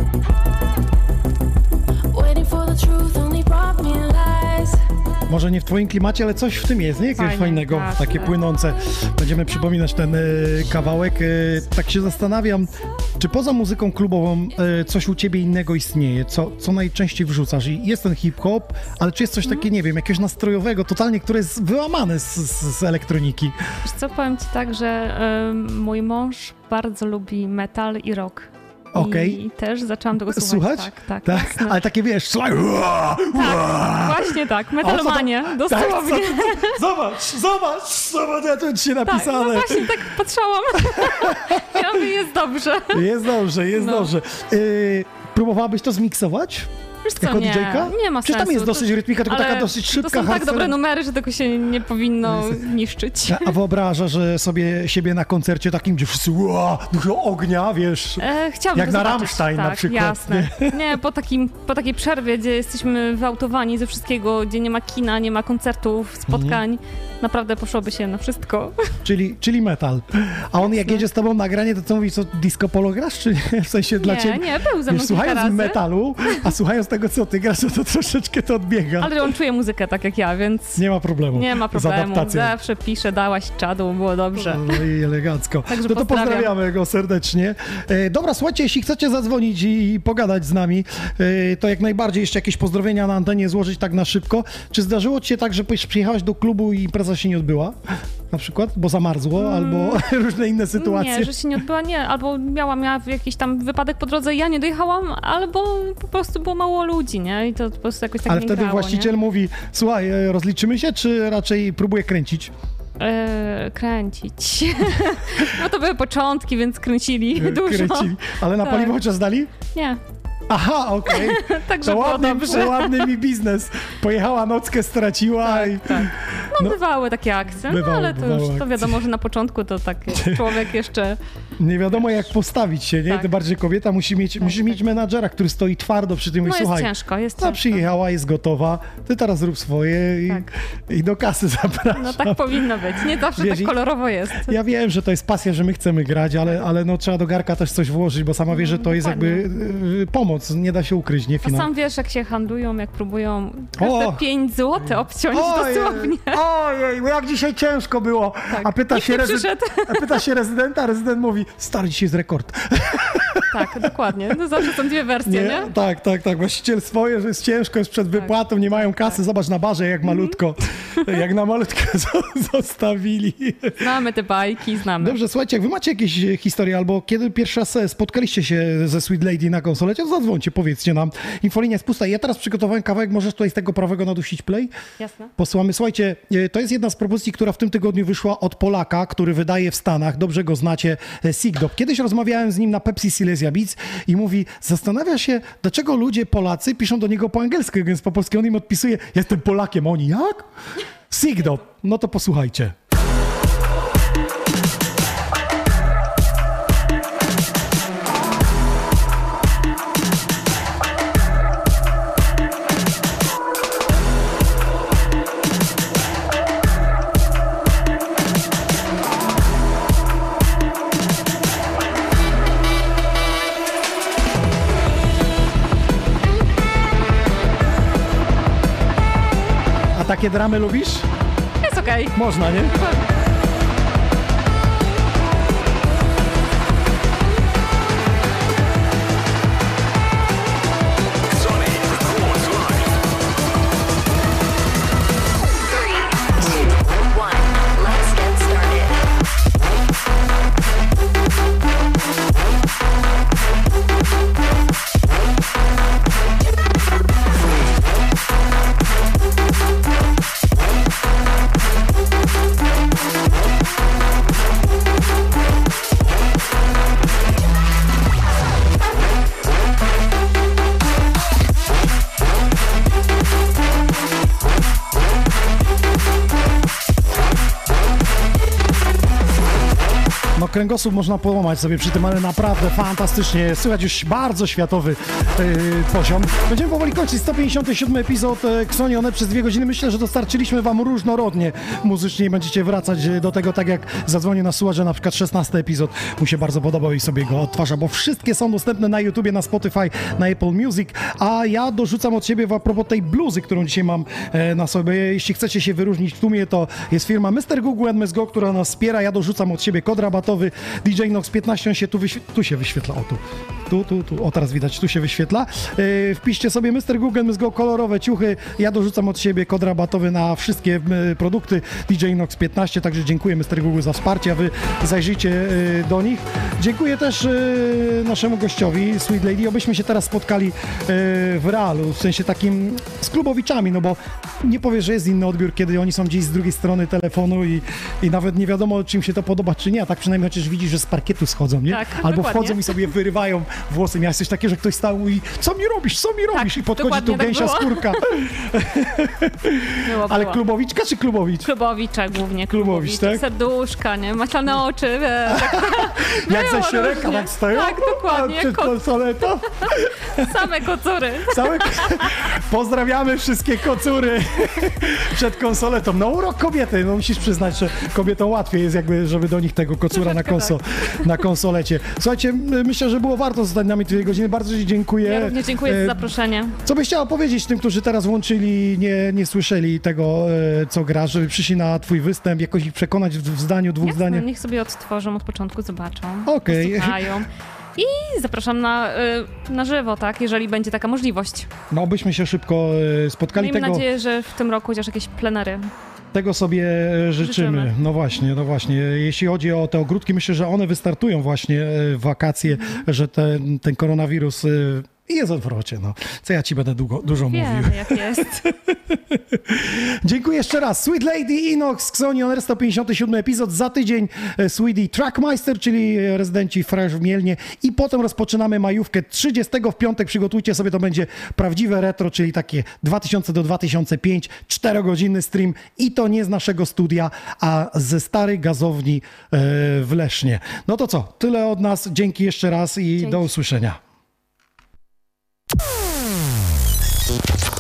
Waiting for the truth only brought me lies. Może nie w twoim klimacie, ale coś w tym jest, nie? Jakiegoś Fajnie, fajnego, tak, takie tak. płynące. Będziemy przypominać ten y, kawałek. Y, tak się zastanawiam, czy poza muzyką klubową y, coś u ciebie innego istnieje? Co, co najczęściej wrzucasz? I jest ten hip-hop, ale czy jest coś Mhm. takiego, nie wiem, jakiegoś nastrojowego, totalnie, które jest wyłamane z, z, z elektroniki? Wiesz co, powiem ci tak, że y, mój mąż bardzo lubi metal i rock. Okej. I też zaczęłam tego słuchać. Słuchać? Tak, tak. jasne. Ale takie, wiesz, słuchaj. Tak, właśnie tak, metalomanie, dosłownie. Tak, co- zobacz, zobacz, zobacz, ja tu ci Tak, napisane. no właśnie tak patrzałam. Ja mówię, jest dobrze. Jest dobrze, jest No. dobrze. Y, próbowałabyś to zmiksować? Wiesz co, Jako nie, didżejka? nie ma Czy sensu. tam jest dosyć rytmika, tylko Ale taka dosyć szybka, to są tak hardcore? dobre numery, że tego się nie powinno niszczyć. A wyobrażasz, że sobie siebie na koncercie takim, gdzie wszyscy ua, dużo ognia, wiesz, E, chciałabym jak to na zobaczyć. Rammstein tak, na przykład. Jasne. Nie? Nie, po, takim, po takiej przerwie, gdzie jesteśmy wyautowani ze wszystkiego, gdzie nie ma kina, nie ma koncertów, spotkań, Mhm. naprawdę poszłoby się na wszystko. Czyli, czyli metal. A on jak jedzie z tobą nagranie, to co mówi, co disco polo grasz, czy nie? W sensie dla Nie, ciebie? nie, był ze mną Wiesz, kilka słuchając razy. metalu, a słuchając tego, co ty grasz, to, to troszeczkę to odbiega. Ale on czuje muzykę tak jak ja, więc Nie ma problemu. nie ma Z problemu. adaptacją. Zawsze pisze, dałaś czadu, było dobrze. No i elegancko. Także No to pozdrawiam. pozdrawiamy go serdecznie. E, dobra, słuchajcie, jeśli chcecie zadzwonić i, i pogadać z nami, e, to jak najbardziej jeszcze jakieś pozdrowienia na antenie złożyć tak na szybko. Czy zdarzyło ci się tak, że przyjechałaś do klubu i impreza się nie odbyła? Na przykład, bo zamarzło, Mm. albo różne inne sytuacje? Nie, że się nie odbyła, nie. Albo miałam ja jakiś tam wypadek po drodze i ja nie dojechałam, albo po prostu było mało ludzi, nie? I to po prostu jakoś tak Ale nie wtedy grało, właściciel nie? mówi, słuchaj, e, rozliczymy się, czy raczej próbuje kręcić? E, kręcić. No to były początki, więc kręcili dużo. Kręcili. Ale na Tak. paliwo chociaż dali? Nie. Aha, okej. Także To było ładny, dobrze. ładny mi biznes. Pojechała, nockę straciła i... Tak. No, bywały takie akcje, no, Bywały, ale to bywały już to akcje. wiadomo, że na początku to tak jest. Człowiek jeszcze... Nie wiadomo jak postawić się, nie? Tak. Tym bardziej kobieta musi mieć, musi mieć menadżera, który stoi twardo przy tym i No jest słuchaj, ciężko, jest ta ciężko. przyjechała, jest gotowa, ty teraz rób swoje i, i do kasy zapraszam. No tak powinno być. Nie zawsze Wiesz, tak kolorowo jest. Ja wiem, że to jest pasja, że my chcemy grać, ale, ale no, trzeba do garka też coś włożyć, bo sama wie, że to jest jakby y, pomoc, nie da się ukryć, nie To finał. sam wiesz, jak się handlują, jak próbują każde O! pięć złotych obciąć Ojej, dosłownie. Ojej, bo jak dzisiaj ciężko było. A pyta Nikt się, nie rezy- przyszedł. a pyta się rezydenta, a rezydent mówi, stary, dzisiaj jest rekord. Tak, dokładnie. No zawsze są dwie wersje, nie? nie? Tak, tak, tak. Właściciel swoje, że jest ciężko, jest przed wypłatą, nie mają kasy. Zobacz na barze, jak malutko, jak na malutko zostawili. Znamy te bajki, znamy. Dobrze, słuchajcie, jak wy macie jakieś historie, albo kiedy pierwszy raz spotkaliście się ze Sweet Lady na konsolecie, to zadzwońcie, powiedzcie nam. Infolinia jest pusta. Ja teraz przygotowałem kawałek, możesz tutaj z tego prawego nadusić play? Jasne. Posłamy. Słuchajcie, to jest jedna z propozycji, która w tym tygodniu wyszła od Polaka, który wydaje w Stanach, dobrze go znacie, Sigdop. Kiedyś rozmawiałem z nim na Pepsi Silesia Beats i mówi, zastanawia się, dlaczego ludzie Polacy piszą do niego po angielsku, więc po polsku on im odpisuje, jestem Polakiem, oni jak? Sigdop. No to posłuchajcie. Takie dramy lubisz? Jest okej. Okay. Można, nie? Kręgosłup można połamać sobie przy tym, ale naprawdę fantastycznie. Słychać już bardzo światowy yy, poziom. Będziemy powoli kończyć sto pięćdziesiąty siódmy epizod yy, Xoni One przez dwie godziny. Myślę, że dostarczyliśmy wam różnorodnie muzycznie i będziecie wracać do tego, tak jak zadzwonił na słuchacz, że na przykład szesnasty epizod mu się bardzo podobał i sobie go odtwarza, bo wszystkie są dostępne na YouTubie, na Spotify, na Apple Music, a ja dorzucam od siebie a propos tej bluzy, którą dzisiaj mam e, na sobie. Jeśli chcecie się wyróżnić w tłumie, to jest firma mister Google and Miss Go, która nas wspiera. Ja dorzucam od siebie kod rabatowy D J Nox piętnaście, on się tu, wyświe- tu się wyświetla, o tu. Tu, tu, tu, o teraz widać, tu się wyświetla. Yy, wpiszcie sobie mister Google and Miss Go, kolorowe ciuchy. Ja dorzucam od siebie kod rabatowy na wszystkie yy, produkty D J Nox piętnaście, także dziękuję mister Google za wsparcie, a wy zajrzyjcie yy, do nich. Dziękuję też yy, naszemu gościowi, Sweet Lady. Obyśmy się teraz spotkali yy, w realu, w sensie takim z klubowiczami, no bo nie powiesz, że jest inny odbiór, kiedy oni są gdzieś z drugiej strony telefonu i, i nawet nie wiadomo, czy im się to podoba, czy nie, a tak przynajmniej chociaż widzisz, że z parkietu schodzą, nie? Tak, albo dokładnie. wchodzą i sobie wyrywają włosy. Miałeś coś takiego, że ktoś stał i co mi robisz, co mi robisz? Tak, I podchodzi tu gęsia tak skórka. Było, Ale było. klubowiczka czy klubowicz? Klubowicza głównie. Klubowicz, tak? Serduszka, nie? Maślane oczy, wiesz. Jak ze Było szereka, różnie. tak stoją? Tak, dokładnie. A przed Ko- konsoletą. Same kocury. Same... Pozdrawiamy wszystkie kocury przed konsoletą. No urok kobiety, no musisz przyznać, że kobietom łatwiej jest jakby, żeby do nich tego kocura na, konso... na konsolecie. Słuchajcie, myślę, że było warto zostać nami dwie godziny. Bardzo Ci dziękuję. Ja również dziękuję E, za zaproszenie. Co byś chciała powiedzieć tym, którzy teraz włączyli, nie, nie słyszeli tego, e, co grasz, żeby przyszli na Twój występ, jakoś ich przekonać w, w zdaniu, dwóch Jasne, zdaniach? niech sobie odtworzą od początku, zobaczą, Okej. posłuchają. I zapraszam na, y, na żywo, tak, jeżeli będzie taka możliwość. No, byśmy się szybko e, spotkali. Miejmy tego, nadzieję, że w tym roku chociaż jakieś plenery. Tego sobie e, życzymy. Życzymy. No właśnie, no właśnie. Jeśli chodzi o te ogródki, myślę, że one wystartują właśnie e, w wakacje, Mhm. że ten, ten koronawirus e, jest w odwrocie. No. Co ja Ci będę długo, dużo Wiemy, mówił. jak jest. Dziękuję jeszcze raz. Sweet Lady, Inox, Xoni On Air, sto pięćdziesiąty siódmy epizod. Za tydzień e, Sweetie Trackmeister, czyli rezydenci Fresh w Mielnie. I potem rozpoczynamy majówkę trzydziestego w piątek. Przygotujcie sobie, to będzie prawdziwe retro, czyli takie dwa tysiące do dwa tysiące piąty, czterogodzinny stream. I to nie z naszego studia, a ze starej gazowni e, w Lesznie. No to co? Tyle od nas. Dzięki jeszcze raz i Dzięki. do usłyszenia.